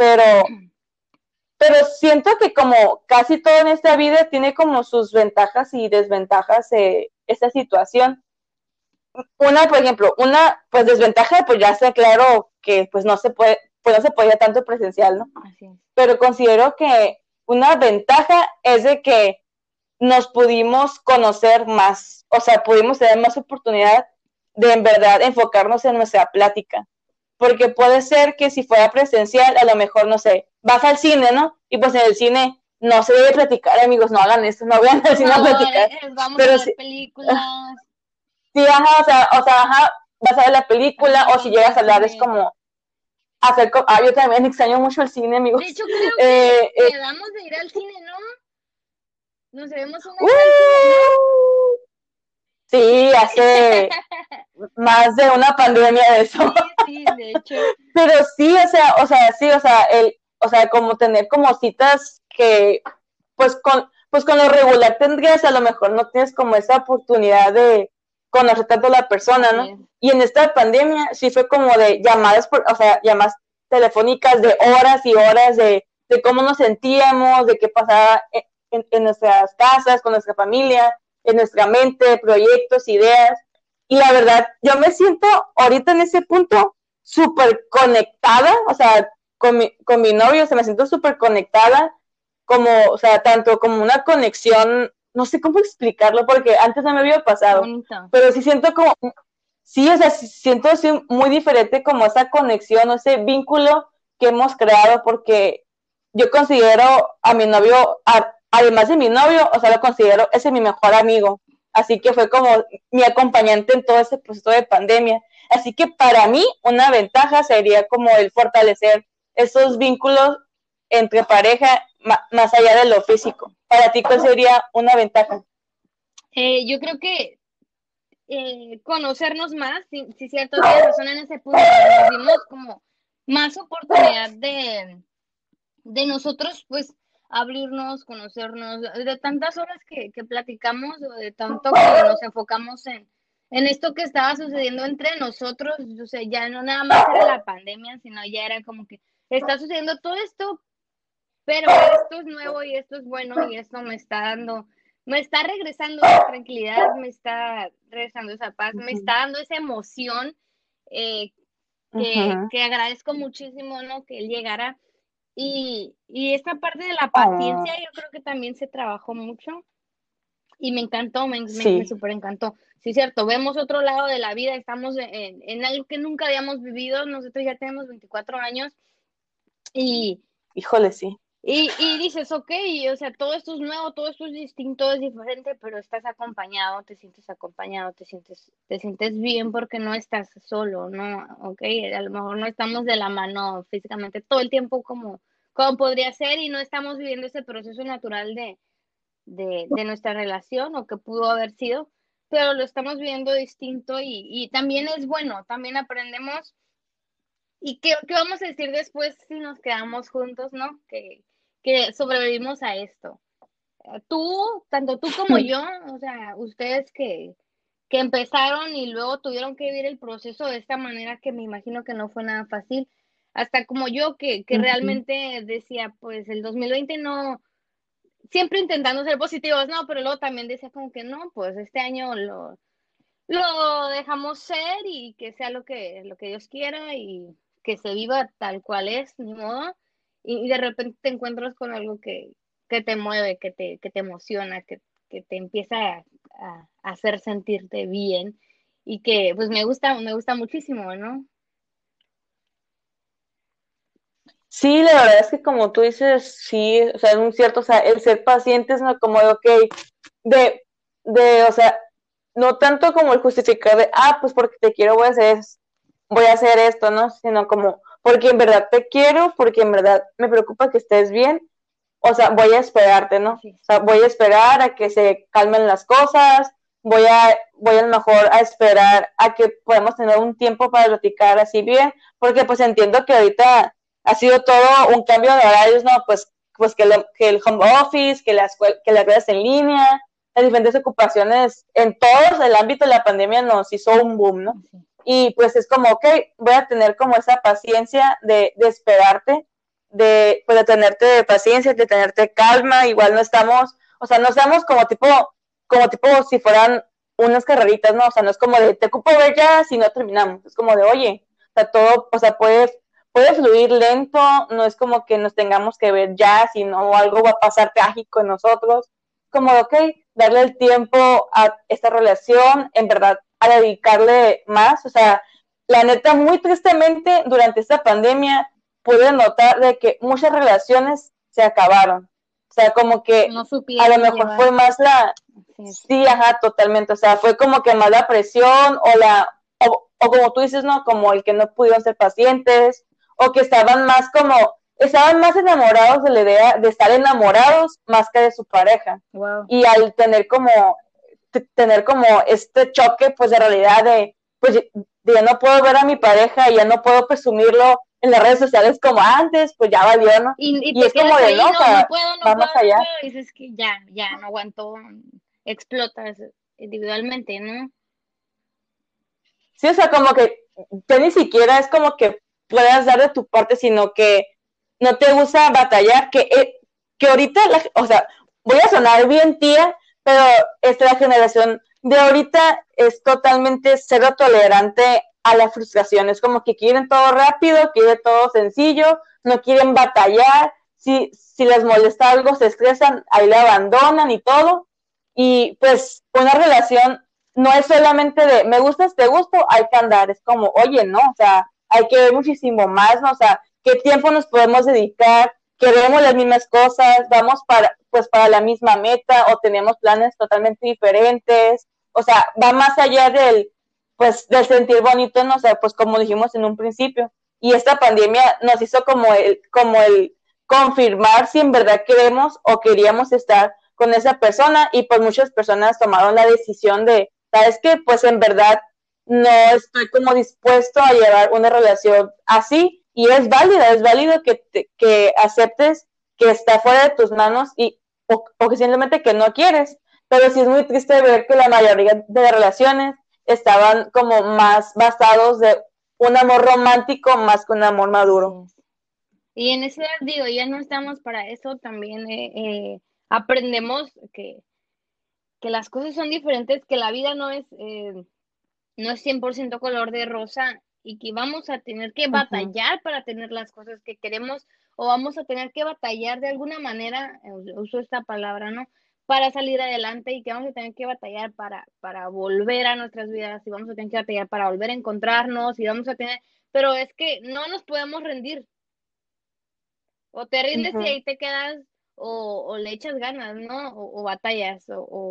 pero siento que como casi todo en esta vida tiene como sus ventajas y desventajas esta situación. Por ejemplo, pues desventaja, pues ya está claro que pues no se podía tanto presencial, ¿no? Así es. Pero considero que una ventaja es de que nos pudimos conocer más, o sea, pudimos tener más oportunidad de en verdad enfocarnos en nuestra plática. Porque puede ser que si fuera presencial, a lo mejor, no sé, vas al cine, ¿no? Y pues en el cine no se debe platicar, amigos, no hagan esto, no vayan al cine a platicar. Vamos Pero a ver sí, películas. sí, ajá, vas a ver la película o si llegas a hablar es como yo también extraño mucho el cine, amigos. De hecho, creo que quedamos de ir al cine, ¿no? Nos vemos una vez al cine, ¿no? Sí, hace más de una pandemia de eso. Sí, de hecho. Pero sí, sí, o sea, como tener como citas que, pues con lo regular tendrías, a lo mejor no tienes como esa oportunidad de conocer tanto a la persona, Así ¿no? es. Y en esta pandemia sí fue como de llamadas, o sea, llamadas telefónicas de horas y horas de cómo nos sentíamos, de qué pasaba en nuestras casas, con nuestra familia, en nuestra mente, proyectos, ideas. Y la verdad, yo me siento ahorita en ese punto súper conectada, o sea, con mi novio, me siento súper conectada, como, o sea, tanto como una conexión, no sé cómo explicarlo, porque antes no me había pasado, Bonito. pero sí siento como, sí, o sea, sí siento así muy diferente como esa conexión, o ese vínculo que hemos creado, porque yo considero a mi novio, además de mi novio, o sea, lo considero, ese es mi mejor amigo, así que fue como mi acompañante en todo ese proceso de pandemia. Así que para mí una ventaja sería como el fortalecer esos vínculos entre pareja más allá de lo físico. Para ti, ¿cuál sería una ventaja? Yo creo que conocernos más, sí, sí, cierto, tienes razón en ese punto, nos dimos como más oportunidad de nosotros, pues, abrirnos, conocernos, de tantas horas que platicamos, o de tanto que nos enfocamos en esto que estaba sucediendo entre nosotros, o sea, ya no nada más era la pandemia, sino ya era como que está sucediendo todo esto, pero esto es nuevo y esto es bueno y esto me está regresando esa tranquilidad, me está regresando esa paz, me está dando esa emoción eh, Uh-huh. que agradezco muchísimo, ¿no? Que él llegara. Y esta parte de la Oh, paciencia yo creo que también se trabajó mucho y me encantó, me sí, súper encantó. Sí, cierto, vemos otro lado de la vida, estamos en algo que nunca habíamos vivido, nosotros ya tenemos 24 años y, híjole, sí. y dices, ok, o sea, todo esto es nuevo, todo esto es distinto, es diferente, pero estás acompañado, te sientes bien porque no estás solo, ¿no? Ok, a lo mejor no estamos de la mano físicamente todo el tiempo como podría ser y no estamos viviendo ese proceso natural de nuestra relación o que pudo haber sido, pero lo estamos viendo distinto y también es bueno, también aprendemos. ¿Y qué vamos a decir después si nos quedamos juntos, no? Que sobrevivimos a esto. Tú, tanto tú como yo, o sea, ustedes que empezaron y luego tuvieron que vivir el proceso de esta manera que me imagino que no fue nada fácil, hasta como yo que Uh-huh. realmente decía, pues el 2020 no, siempre intentando ser positivos, no, pero luego también decía como que no, pues este año lo dejamos ser y que sea lo que Dios quiera y que se viva tal cual es, ni modo. Y de repente te encuentras con algo que te mueve, que te emociona, que te empieza a hacer sentirte bien y que pues me gusta muchísimo, ¿no? Sí, la verdad es que como tú dices, sí, o sea, es muy cierto, o sea, el ser pacientes, ¿no? Como de, ok, de, o sea, no tanto como el justificar de, pues porque te quiero voy a hacer esto, ¿no? Sino como, porque en verdad te quiero, porque en verdad me preocupa que estés bien, o sea, voy a esperarte, ¿no? Así es. O sea, voy a esperar a que se calmen las cosas, voy a lo mejor a esperar a que podamos tener un tiempo para platicar así bien, porque pues entiendo que ahorita ha sido todo un cambio de horarios, ¿no? Pues que el home office, que las clases en línea, las diferentes ocupaciones en todos el ámbito de la pandemia nos hizo un boom, ¿no? Así. Y pues es como, ok, voy a tener como esa paciencia de esperarte, pues de tenerte paciencia, de tenerte calma, igual no estamos, o sea, no estamos como tipo si fueran unas carreritas, ¿no? O sea, no es como de te ocupo ver ya si no terminamos, es como de, oye, o sea, todo, o sea, puede fluir lento, no es como que nos tengamos que ver ya, sino algo va a pasar trágico en nosotros, como de, ok, darle el tiempo a esta relación, en verdad, a dedicarle más, o sea, la neta, muy tristemente, durante esta pandemia, pude notar de que muchas relaciones se acabaron. O sea, como que No a lo supieron mejor llevar. fue más Así es. sí, ajá, totalmente. O sea, fue como que más la presión o como tú dices, ¿no? Como el que no pudieron ser pacientes o que estaban más enamorados de la idea de estar enamorados más que de su pareja. Wow. Y al tener como tener como este choque, pues, de realidad de, pues, de ya no puedo ver a mi pareja y ya no puedo presumirlo en las redes sociales como antes, pues ya valió, ¿no? Y Y te es como quedas de, ahí, no, o no, no sea, puedo, no va puedo, más no allá. puedo, y dices que ya, no aguantó, explotas individualmente, ¿no? Sí, o sea, como que ya ni siquiera es como que puedas dar de tu parte, sino que no te gusta batallar, que ahorita, o sea, voy a sonar bien tía, pero la generación de ahorita es totalmente cero tolerante a la frustración, es como que quieren todo rápido, quieren todo sencillo, no quieren batallar, si les molesta algo se estresan, ahí la abandonan y todo, y pues una relación no es solamente de me gustas, te gusto, hay que andar, es como, oye, no, o sea, hay que ver muchísimo más, ¿no? O sea, ¿qué tiempo nos podemos dedicar? ¿Queremos las mismas cosas? ¿Vamos para la misma meta o tenemos planes totalmente diferentes? O sea, va más allá del sentir bonito, ¿no? O sea, pues como dijimos en un principio. Y esta pandemia nos hizo como el confirmar si en verdad queremos o queríamos estar con esa persona, y pues muchas personas tomaron la decisión de, ¿sabes qué? Pues en verdad no estoy como dispuesto a llevar una relación así, y es válido que aceptes que está fuera de tus manos o que simplemente que no quieres, pero sí es muy triste ver que la mayoría de las relaciones estaban como más basados de un amor romántico más que un amor maduro. Sí. Y en esa edad, digo, ya no estamos para eso, también aprendemos que las cosas son diferentes, que la vida no es 100% color de rosa y que vamos a tener que Uh-huh. batallar para tener las cosas que queremos o vamos a tener que batallar de alguna manera, uso esta palabra, ¿no? Para salir adelante y que vamos a tener que batallar para volver a nuestras vidas y vamos a tener que batallar para volver a encontrarnos y vamos a tener, pero es que no nos podemos rendir. O te rindes y Uh-huh. ahí te quedas o le echas ganas, ¿no? O batallas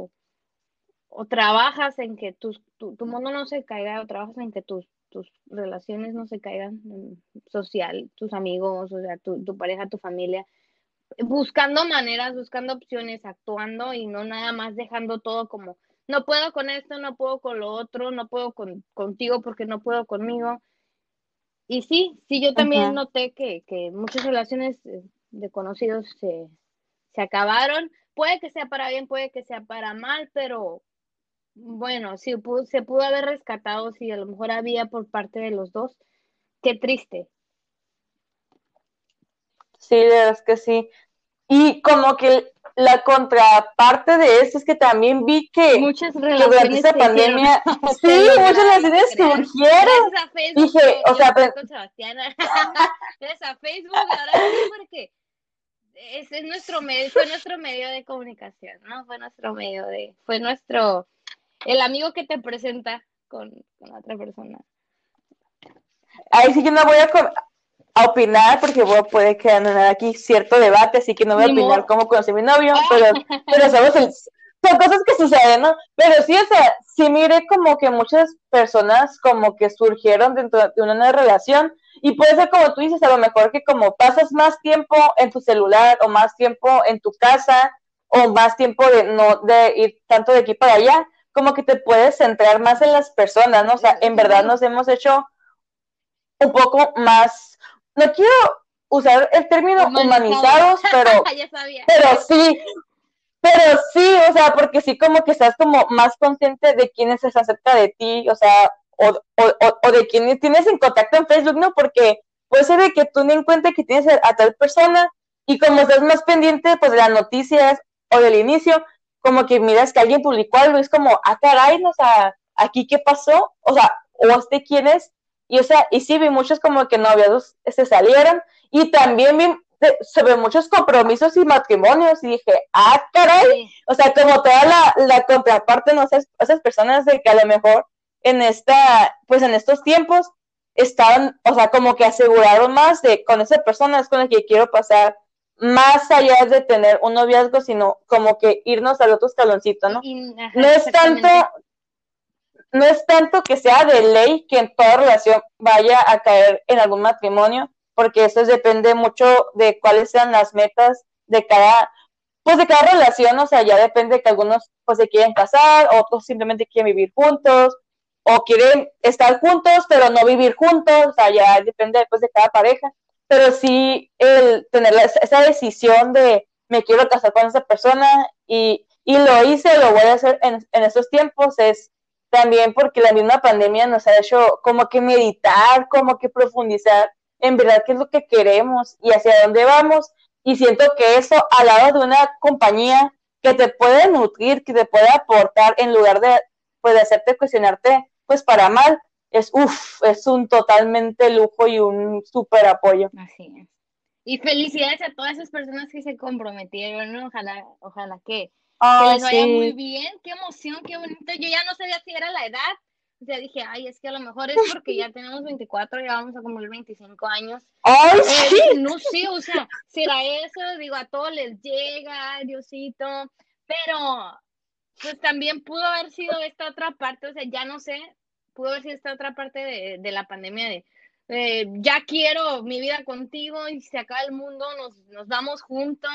o trabajas en que tu mundo no se caiga, o trabajas en que tus relaciones no se caigan, social, tus amigos, o sea, tu pareja, tu familia, buscando maneras, buscando opciones, actuando y no nada más dejando todo como, no puedo con esto, no puedo con lo otro, no puedo contigo porque no puedo conmigo. Y sí, yo también Uh-huh. noté que muchas relaciones de conocidos se acabaron. Puede que sea para bien, puede que sea para mal, pero bueno, sí, se pudo haber rescatado si a lo mejor había por parte de los dos. Qué triste. Sí, de verdad es que sí. Y como que la contraparte de esto es que también vi Muchas que durante relaciones esta se hicieron, pandemia, sí, se muchas lograron relaciones crear. surgieron. Gracias a Facebook, Dije, o yo sea, estoy con Sebastián. Gracias a Facebook, ahora sí, porque ese es nuestro medio, fue nuestro medio de comunicación, ¿no? Fue nuestro, el amigo que te presenta con otra persona. ahí sí que no voy a opinar porque puede que aquí cierto debate, así que no voy a Ni opinar modo. cómo conocí a mi novio, Ah, pero son cosas que suceden, ¿no? Pero sí, o sea, sí miré como que muchas personas como que surgieron dentro de una relación, y puede ser como tú dices, a lo mejor que como pasas más tiempo en tu celular o más tiempo en tu casa o más tiempo de ir tanto de aquí para allá, como que te puedes centrar más en las personas, ¿no? O sea, en eso es verdad algo. nos hemos hecho un poco más, no quiero usar el término Humanizados. humanizados, Ya sabía. pero sí, pero sí, o sea, porque sí como que estás como más consciente de quiénes están cerca de ti, o sea, o de quiénes tienes en contacto en Facebook, ¿no? Porque puede ser de que tú ni en cuenta que tienes a tal persona, y como estás más pendiente pues de las noticias o del inicio, como que miras que alguien publicó algo y es como, ah, caray, o sea, aquí qué pasó, o sea, o este quién es, y o sea, y sí vi muchos como que noviados se salieron, y también vi sobre muchos compromisos y matrimonios, y dije, ah, caray, Sí. o sea, como toda la contraparte, no sé, esas personas de que a lo mejor pues en estos tiempos estaban, o sea, como que aseguraron más de con esa persona es con la que quiero pasar más allá de tener un noviazgo, sino como que irnos al otro escaloncito, ¿no? Ajá, No es tanto, exactamente. no es tanto que sea de ley que en toda relación vaya a caer en algún matrimonio, porque eso depende mucho de cuáles sean las metas de cada pues de cada relación, o sea, ya depende que algunos pues se quieren casar, otros simplemente quieren vivir juntos, o quieren estar juntos, pero no vivir juntos, o sea, ya depende pues de cada pareja, pero sí el tener esa decisión de me quiero casar con esa persona y lo hice, lo voy a hacer en estos tiempos, es también porque la misma pandemia nos ha hecho como que meditar, como que profundizar en verdad qué es lo que queremos y hacia dónde vamos, y siento que eso al lado de una compañía que te puede nutrir, que te puede aportar en lugar de, pues, de hacerte cuestionarte pues para mal, es un totalmente lujo y un súper apoyo. Así es. Y felicidades a todas esas personas que se comprometieron, ¿no? Ojalá que Ay, les vaya muy sí. bien. Qué emoción, qué bonito. Yo ya no sabía si era la edad. O sea, dije, ay, es que a lo mejor es porque ya tenemos 24, ya vamos a cumplir 25 años. Ay, sí. Dije, no sé, o sea, será eso, digo, a todos les llega, Diosito, pero pues también pudo haber sido esta otra parte, o sea, ya no sé, pudo haber sido esta otra parte de la pandemia de ya quiero mi vida contigo y si se acaba el mundo, nos vamos juntos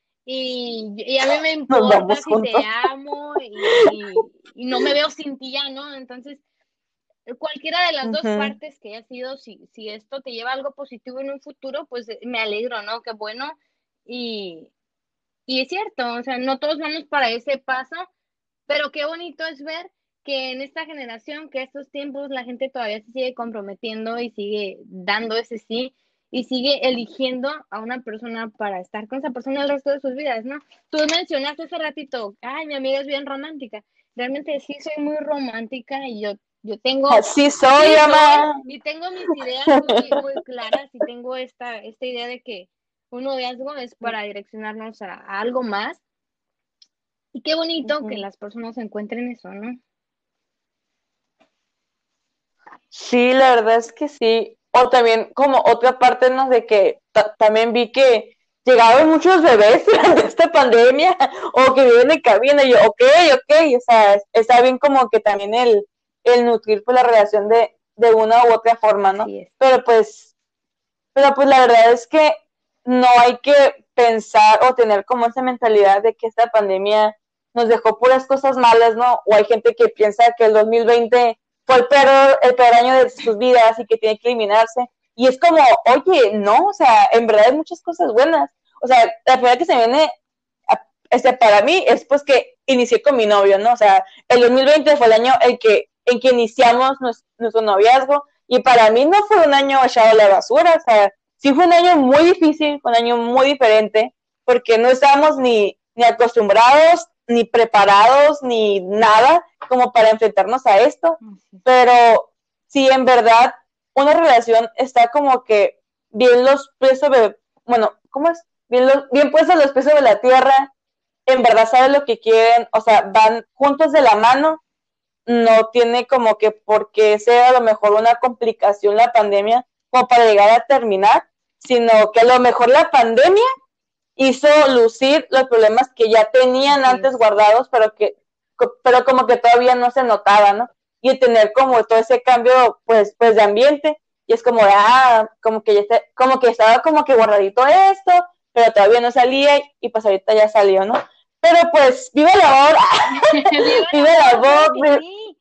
y a mí me Nos importa vamos si te juntos. amo y no me veo sin ti ya, ¿no? Entonces, cualquiera de las dos Uh-huh. partes que haya sido, si esto te lleva a algo positivo en un futuro, pues me alegro, ¿no? Qué bueno. Y, y es cierto, o sea, no todos vamos para ese paso, pero qué bonito es ver que en esta generación, que estos tiempos, la gente todavía se sigue comprometiendo y sigue dando ese sí y sigue eligiendo a una persona para estar con esa persona el resto de sus vidas, ¿no? Tú mencionaste hace ratito, ay, mi amiga es bien romántica. Realmente sí soy muy romántica y yo tengo, Así soy, sí soy, ama. y tengo mis ideas muy claras y tengo esta idea de que un noviazgo es para direccionarnos a algo más y qué bonito que Uh-huh. las personas encuentren eso, ¿no? Sí, la verdad es que sí. O también como otra parte, ¿no? De que también vi que llegaron muchos bebés durante esta pandemia o que viven en cabina y yo, ok, o sea, está bien como que también el nutrir pues la relación de una u otra forma, ¿no? Así es. Pero pues la verdad es que no hay que pensar o tener como esa mentalidad de que esta pandemia nos dejó puras cosas malas, ¿no? O hay gente que piensa que el 2020 fue el peor año de sus vidas y que tiene que eliminarse. Y es como, oye, no, o sea, en verdad hay muchas cosas buenas. O sea, la primera que se viene para mí es pues que inicié con mi novio, ¿no? O sea, el 2020 fue el año en que iniciamos nuestro noviazgo y para mí no fue un año echado a la basura, o sea, sí fue un año muy difícil, fue un año muy diferente, porque no estábamos ni acostumbrados, ni preparados, ni nada como para enfrentarnos a esto, pero si en verdad una relación está como que bien los pies sobre, bueno, ¿cómo es? Bien puestos los pies sobre la tierra, en verdad saben lo que quieren, o sea, van juntos de la mano, no tiene como que por qué ser a lo mejor una complicación la pandemia como para llegar a terminar, sino que a lo mejor la pandemia hizo lucir los problemas que ya tenían Así antes es. guardados, pero como que todavía no se notaba, ¿no? Y tener como todo ese cambio, pues de ambiente, y es como, como que, como que estaba como que guardadito esto, pero todavía no salía, y pues ahorita ya salió, ¿no? Pero pues, viva el amor, ¡Viva el viva el amor! Claro que amor, sí.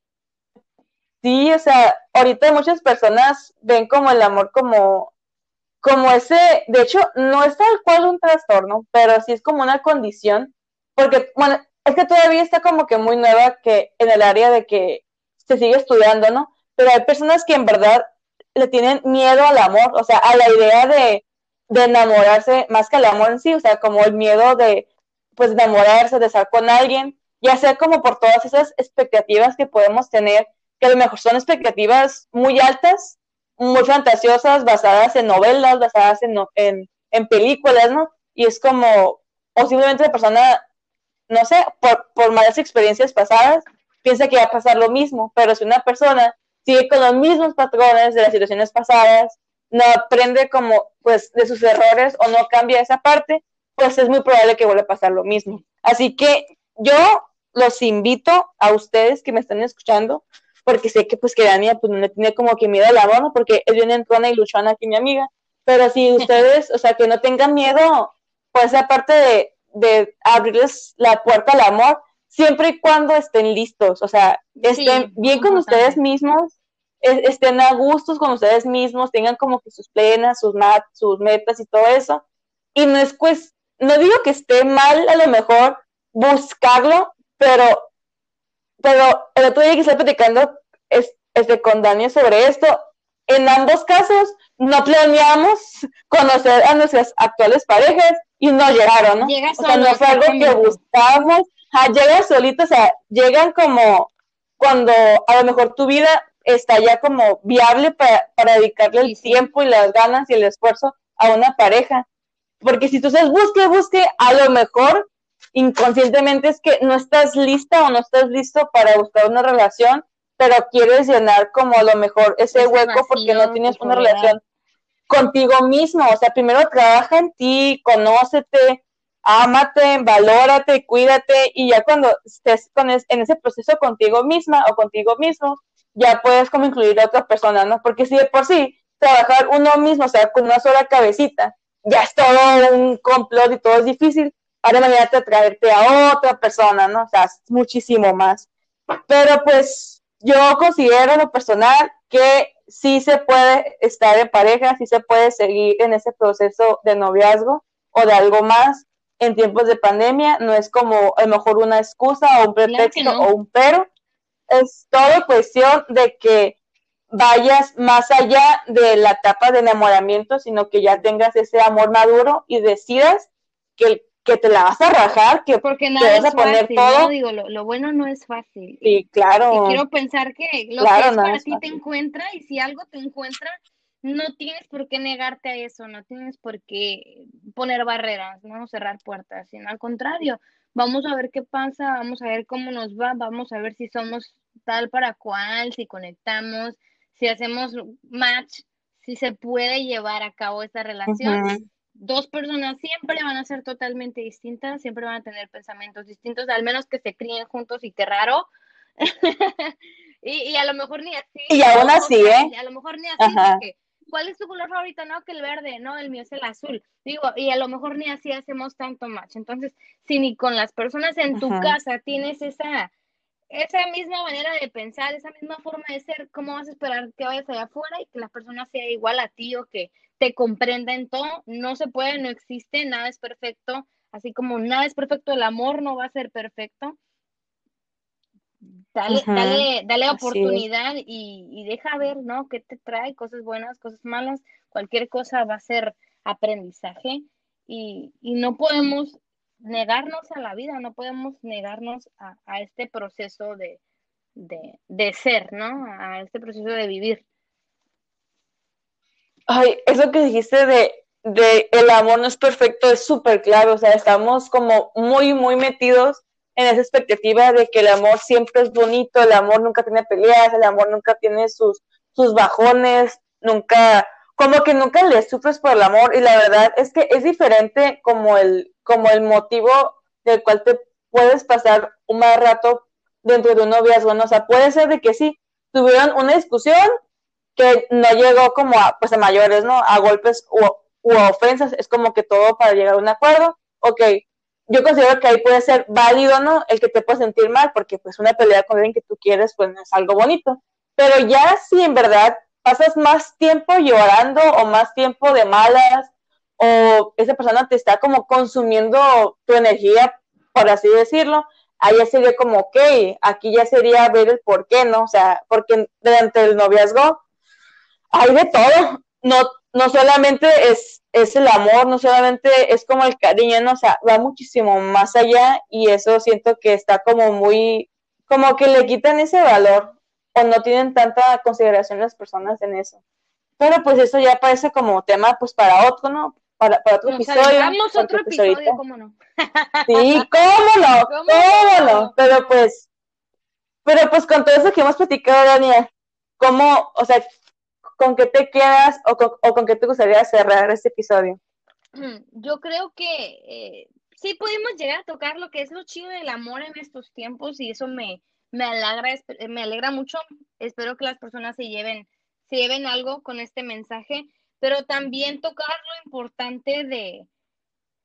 sí, o sea, ahorita muchas personas ven como el amor como ese, de hecho, no es tal cual un trastorno, pero sí es como una condición, porque, bueno, es que todavía está como que muy nueva que en el área de que se sigue estudiando, ¿no? Pero hay personas que en verdad le tienen miedo al amor, o sea, a la idea de enamorarse más que al amor en sí, o sea, como el miedo de, pues, enamorarse, de estar con alguien, ya sea como por todas esas expectativas que podemos tener, que a lo mejor son expectativas muy altas, muy fantasiosas, basadas en novelas, basadas en películas, ¿no? Y es como, o simplemente la persona, no sé, por malas experiencias pasadas, piensa que va a pasar lo mismo, pero si una persona sigue con los mismos patrones de las situaciones pasadas, no aprende como, pues, de sus errores o no cambia esa parte, pues es muy probable que vuelva a pasar lo mismo. Así que yo los invito a ustedes que me están escuchando, porque sé que pues que Dania pues no le tiene como que miedo a la mano, porque es bien entrona y luchona aquí mi amiga, pero si ustedes, o sea, que no tengan miedo, pues esa parte de abrirles la puerta al amor, siempre y cuando estén listos, o sea, estén bien con ustedes mismos, estén a gustos con ustedes mismos, tengan como que sus plenas, sus metas y todo eso. Y no es pues, no digo que esté mal a lo mejor buscarlo, pero el otro día que estoy platicando con Daniel sobre esto, en ambos casos no planeamos conocer a nuestras actuales parejas y no llegaron, ¿no? Llega o sea, solo, no fue algo que buscábamos, llegan solitos, o sea, llegan como cuando a lo mejor tu vida está ya como viable para dedicarle el tiempo y las ganas y el esfuerzo a una pareja. Porque si tú estás busque, a lo mejor inconscientemente es que no estás lista o no estás listo para buscar una relación, pero quieres llenar como a lo mejor ese hueco vacío, porque no tienes una relación contigo mismo. O sea, primero trabaja en ti, conócete, ámate, valórate, cuídate, y ya cuando estés en ese proceso contigo misma o contigo mismo, ya puedes como incluir a otra persona, ¿no? Porque si de por sí trabajar uno mismo, o sea, con una sola cabecita, ya es todo un complot y todo es difícil, ahora imagínate atraerte a otra persona, ¿no? O sea, es muchísimo más. Pero pues yo considero en lo personal que sí se puede estar en pareja, sí se puede seguir en ese proceso de noviazgo o de algo más en tiempos de pandemia, no es como a lo mejor una excusa o un pretexto claro no. o un pero, es todo cuestión de que vayas más allá de la etapa de enamoramiento, sino que ya tengas ese amor maduro y decidas que te la vas a rajar, que porque nada te vas a poner fácil, todo. ¿No? Digo, lo bueno no es fácil. Sí, claro. Y quiero pensar que lo claro, que es para ti fácil. Te encuentra, y si algo te encuentra, no tienes por qué negarte a eso, no tienes por qué poner barreras, no cerrar puertas, sino al contrario, vamos a ver qué pasa, vamos a ver cómo nos va, vamos a ver si somos tal para cual, si conectamos, si hacemos match, si se puede llevar a cabo esta relación. Uh-huh. Dos personas siempre van a ser totalmente distintas, siempre van a tener pensamientos distintos, al menos que se críen juntos y qué raro. y a lo mejor ni así. Y aún así, a lo mejor ni así, ajá, porque ¿cuál es tu color favorito? No, que el verde, no, el mío es el azul. Digo, y a lo mejor ni así hacemos tanto match. Entonces, si ni con las personas en tu casa tienes esa misma manera de pensar, esa misma forma de ser, ¿cómo vas a esperar que vayas allá afuera y que la persona sea igual a ti o que te comprenda en todo? No se puede, no existe, nada es perfecto, así como nada es perfecto, el amor no va a ser perfecto. Dale oportunidad y deja ver, ¿no? ¿Qué te trae? Cosas buenas, cosas malas, cualquier cosa va a ser aprendizaje y no podemos negarnos a la vida, no podemos negarnos a este proceso de ser, ¿no? A este proceso de vivir. Ay, eso que dijiste de el amor no es perfecto es súper clave, o sea, estamos como muy, muy metidos en esa expectativa de que el amor siempre es bonito, el amor nunca tiene peleas, el amor nunca tiene sus bajones, nunca, como que nunca le sufres por el amor, y la verdad es que es diferente como el motivo del cual te puedes pasar un mal rato dentro de un noviazgo, ¿no? O sea, puede ser de que sí, tuvieron una discusión que no llegó como pues a mayores, ¿no? A golpes u a ofensas, es como que todo para llegar a un acuerdo. Ok, yo considero que ahí puede ser válido, ¿no? El que te puedas sentir mal, porque pues una pelea con alguien que tú quieres, pues no es algo bonito. Pero ya si en verdad pasas más tiempo llorando o más tiempo de malas, o esa persona te está como consumiendo tu energía, por así decirlo, ahí ya sería como, ok, aquí ya sería ver el por qué, ¿no? O sea, porque durante el noviazgo hay de todo, no solamente es el amor, no solamente es como el cariño, no, o sea, va muchísimo más allá, y eso siento que está como muy, como que le quitan ese valor o no tienen tanta consideración las personas en eso. Pero pues eso ya parece como tema pues para otro, ¿no? Para otro episodio. Vamos otro episodio, ahorita, ¿cómo no? Sí, ¿cómo no? Pero pues con todo eso que hemos platicado, Daniel, ¿cómo, o sea, con qué te quedas o con qué te gustaría cerrar este episodio? Yo creo que sí pudimos llegar a tocar lo que es lo chido del amor en estos tiempos, y eso me alegra mucho. Espero que las personas se lleven algo con este mensaje, pero también tocar lo importante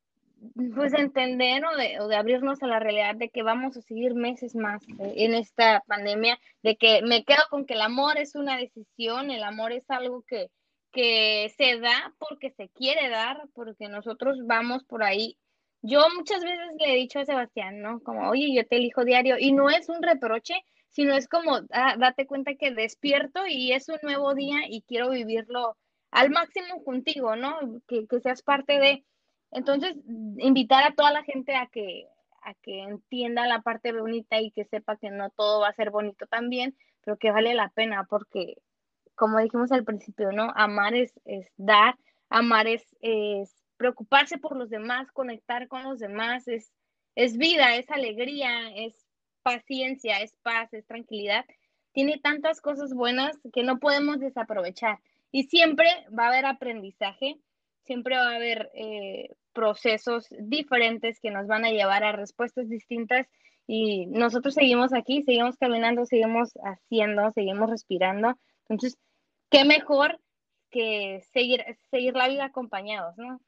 pues entender o de abrirnos a la realidad de que vamos a seguir meses más en esta pandemia, de que me quedo con que el amor es una decisión, el amor es algo que se da porque se quiere dar, porque nosotros vamos por ahí. Yo muchas veces le he dicho a Sebastián, ¿no? Como, oye, yo te elijo diario, y no es un reproche, sino es como, date cuenta que despierto y es un nuevo día y quiero vivirlo al máximo contigo, ¿no? Que seas parte de... Entonces, invitar a toda la gente a que entienda la parte bonita y que sepa que no todo va a ser bonito también, pero que vale la pena, porque como dijimos al principio, ¿no? Amar es dar, amar es preocuparse por los demás, conectar con los demás, es vida, es alegría, es paciencia, es paz, es tranquilidad. Tiene tantas cosas buenas que no podemos desaprovechar. Y siempre va a haber aprendizaje, siempre va a haber procesos diferentes que nos van a llevar a respuestas distintas y nosotros seguimos aquí, seguimos caminando, seguimos haciendo, seguimos respirando. Entonces, qué mejor que seguir la vida acompañados, ¿no?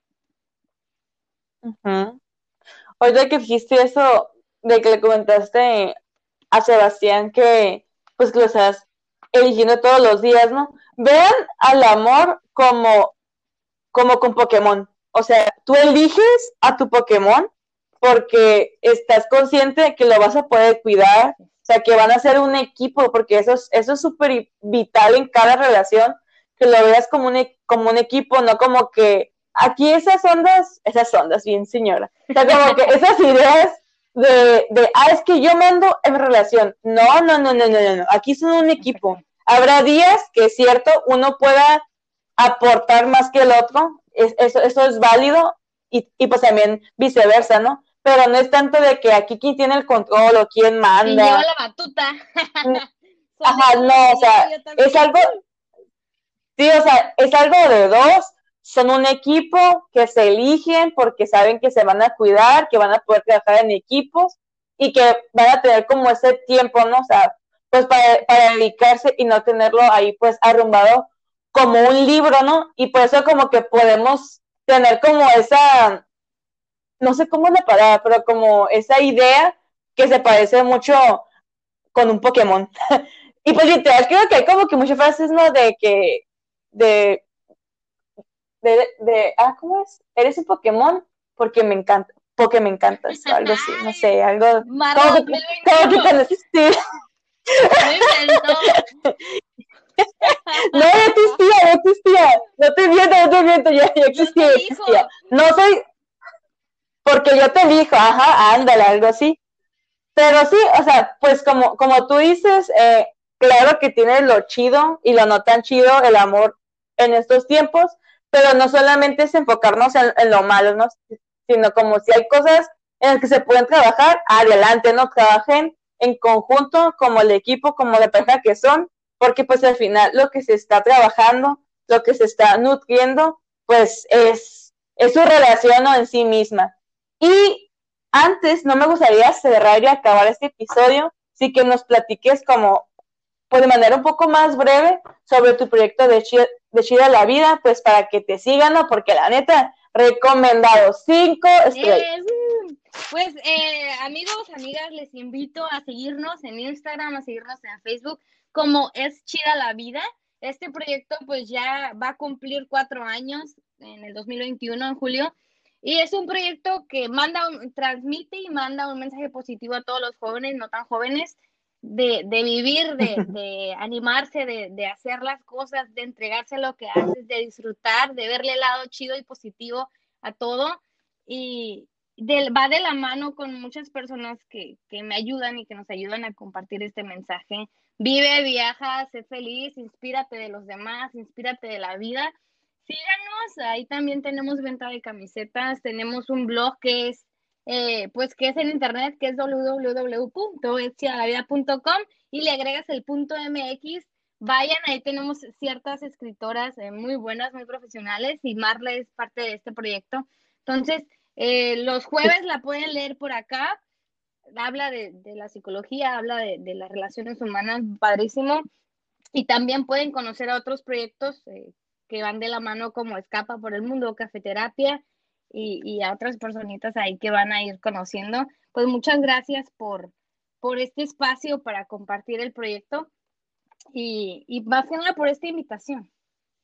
Ujú. Ahorita que dijiste eso de que le comentaste a Sebastián que pues que lo estás eligiendo todos los días, ¿no? Vean al amor como con Pokémon. O sea, tú eliges a tu Pokémon porque estás consciente de que lo vas a poder cuidar, o sea, que van a ser un equipo, porque eso es súper vital en cada relación, que lo veas como un equipo, no como que aquí esas ondas, bien señora, o sea, como que esas ideas es que yo mando en relación. No, no, no, no, no, no, no. Aquí son un equipo. Habrá días que es cierto, uno pueda aportar más que el otro, eso es válido y pues también viceversa, ¿no? Pero no es tanto de que aquí quién tiene el control o quién Quien lleva manda. la batuta. Ajá, Solito no, me o sea, digo yo es también. algo, sí, o sea, es algo de dos, son un equipo que se eligen porque saben que se van a cuidar, que van a poder trabajar en equipos y que van a tener como ese tiempo, ¿no? O sea, pues para dedicarse y no tenerlo ahí pues arrumbado como un libro, ¿no? Y por eso como que podemos tener como esa, no sé cómo es la palabra, pero como esa idea que se parece mucho con un Pokémon. Y pues literal, creo que hay como que muchas frases, ¿no? De, ¿cómo es? Eres un Pokémon porque me encantas, o algo así, no sé, algo, Marzo como que, como que 2021. con ese estilo. Lo inventó. No, ya existía, ya existía, no te miento, ya Yo te existía, ya elijo. existía. No soy, porque yo te elijo, ajá, ándale, algo así. Pero sí, o sea, pues como tú dices, claro que tiene lo chido y lo no tan chido el amor en estos tiempos, pero no solamente es enfocarnos en lo malo, ¿no? Sino como si hay cosas en las que se pueden trabajar, adelante, ¿no? Trabajen en conjunto, como el equipo, como la pareja que son, porque pues al final lo que se está trabajando, lo que se está nutriendo, pues es su relación, ¿no? En sí misma. Y antes, no me gustaría cerrar y acabar este episodio, sí que nos platiques como, pues de manera un poco más breve sobre tu proyecto de Chida la Vida, pues para que te sigan, ¿no? Porque la neta, recomendado 5 estrellas. Pues amigos, amigas, les invito a seguirnos en Instagram, a seguirnos en Facebook, como Es Chida la Vida. Este proyecto pues ya va a cumplir 4 años en el 2021, en julio, y es un proyecto que transmite y manda un mensaje positivo a todos los jóvenes, no tan jóvenes, de vivir, de animarse, de hacer las cosas, de entregarse a lo que haces, de disfrutar, de verle el lado chido y positivo a todo. Y va de la mano con muchas personas que me ayudan y que nos ayudan a compartir este mensaje. Vive, viaja, sé feliz, inspírate de los demás, inspírate de la vida. Síganos, ahí también tenemos venta de camisetas, tenemos un blog pues que es en internet, que es www.etchidalavida.com, y le agregas el punto .mx. Vayan, ahí tenemos ciertas escritoras muy buenas, muy profesionales, y Marla es parte de este proyecto. Entonces, los jueves la pueden leer por acá. Habla de la psicología, habla de las relaciones humanas, padrísimo. Y también pueden conocer a otros proyectos que van de la mano, como Escapa por el Mundo, Cafeterapia. y a otras personitas ahí que van a ir conociendo. Pues muchas gracias por este espacio para compartir el proyecto y más que nada por esta invitación.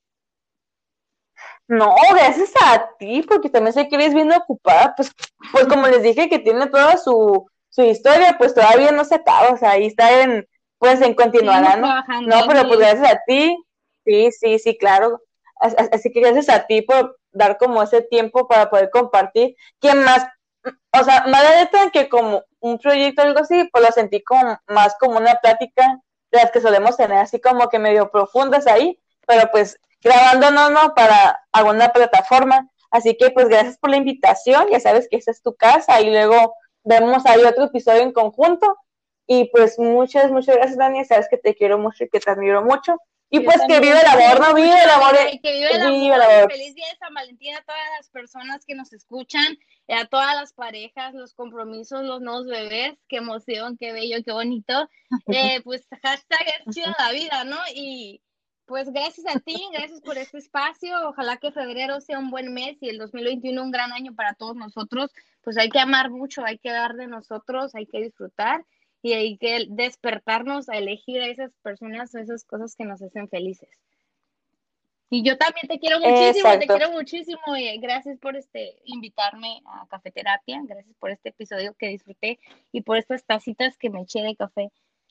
No, gracias a ti, porque también sé que eres bien ocupada, pues como les dije que tiene toda su historia, pues todavía no se acaba, o sea, ahí está pues en continuará, Seguimos ¿no? trabajando, No, pero así pues es. gracias a ti, sí, claro. Así que gracias a ti por dar como ese tiempo para poder compartir. ¿Quién más? O sea, más de que como un proyecto o algo así, pues lo sentí como más como una plática de las que solemos tener, así como que medio profundas ahí, pero pues grabándonos, ¿no? Para alguna plataforma. Así que pues gracias por la invitación, ya sabes que esta es tu casa y luego vemos ahí otro episodio en conjunto. Y pues muchas gracias, Dani, sabes que te quiero mucho y que te admiro mucho. Y Yo pues que viva también el te amor, quiero no mucho, vive el amor, amiga, y que vive el vive el amor y amor. feliz día de San Valentín a todas las personas que nos escuchan, a todas las parejas, los compromisos, los nuevos bebés, qué emoción, qué bello, qué bonito. Pues hashtag es chida la vida, ¿no? Y pues gracias a ti, gracias por este espacio. Ojalá que febrero sea un buen mes y el 2021 un gran año para todos nosotros. Pues hay que amar mucho, hay que dar de nosotros, hay que disfrutar y hay que despertarnos a elegir a esas personas o esas cosas que nos hacen felices. Y yo también te Exacto. quiero muchísimo y gracias por invitarme a Cafeterapia, gracias por este episodio que disfruté y por estas tacitas que me eché de café.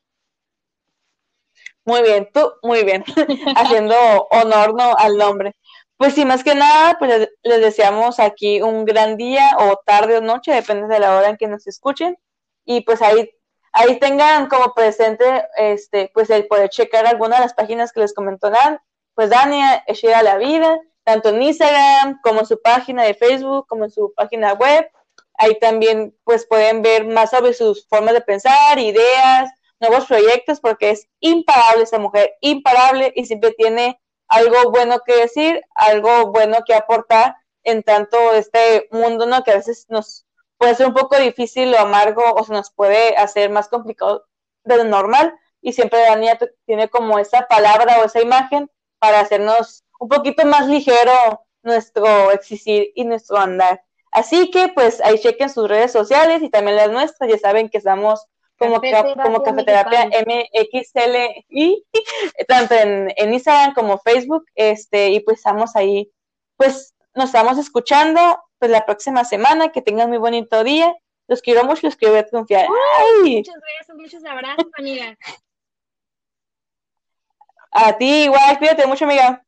Muy bien, tú, muy bien, haciendo honor, ¿no? Al nombre. Pues sí, más que nada, pues les deseamos aquí un gran día o tarde o noche, depende de la hora en que nos escuchen. Y pues ahí tengan como presente, pues el poder checar alguna de las páginas que les comentó Dan, pues Dani, Eshira la vida, tanto en Instagram como en su página de Facebook, como en su página web. Ahí también pues pueden ver más sobre sus formas de pensar, ideas, nuevos proyectos, porque es imparable esa mujer, imparable, y siempre tiene algo bueno que decir, algo bueno que aportar en tanto este mundo, ¿no? Que a veces nos puede ser un poco difícil o amargo o se nos puede hacer más complicado de lo normal, y siempre Dania tiene como esa palabra o esa imagen para hacernos un poquito más ligero nuestro existir y nuestro andar. Así que pues ahí chequen sus redes sociales y también las nuestras, ya saben que estamos como Cafeterapia Cafeterapia Mexicali. MXLI, tanto en Instagram como Facebook, y pues estamos ahí, pues nos estamos escuchando pues la próxima semana, que tengan muy bonito día, los quiero mucho, los quiero ver confiar. ¡Ay! Muchas gracias, muchos abrazos, amiga. A ti igual, cuídate mucho, amiga.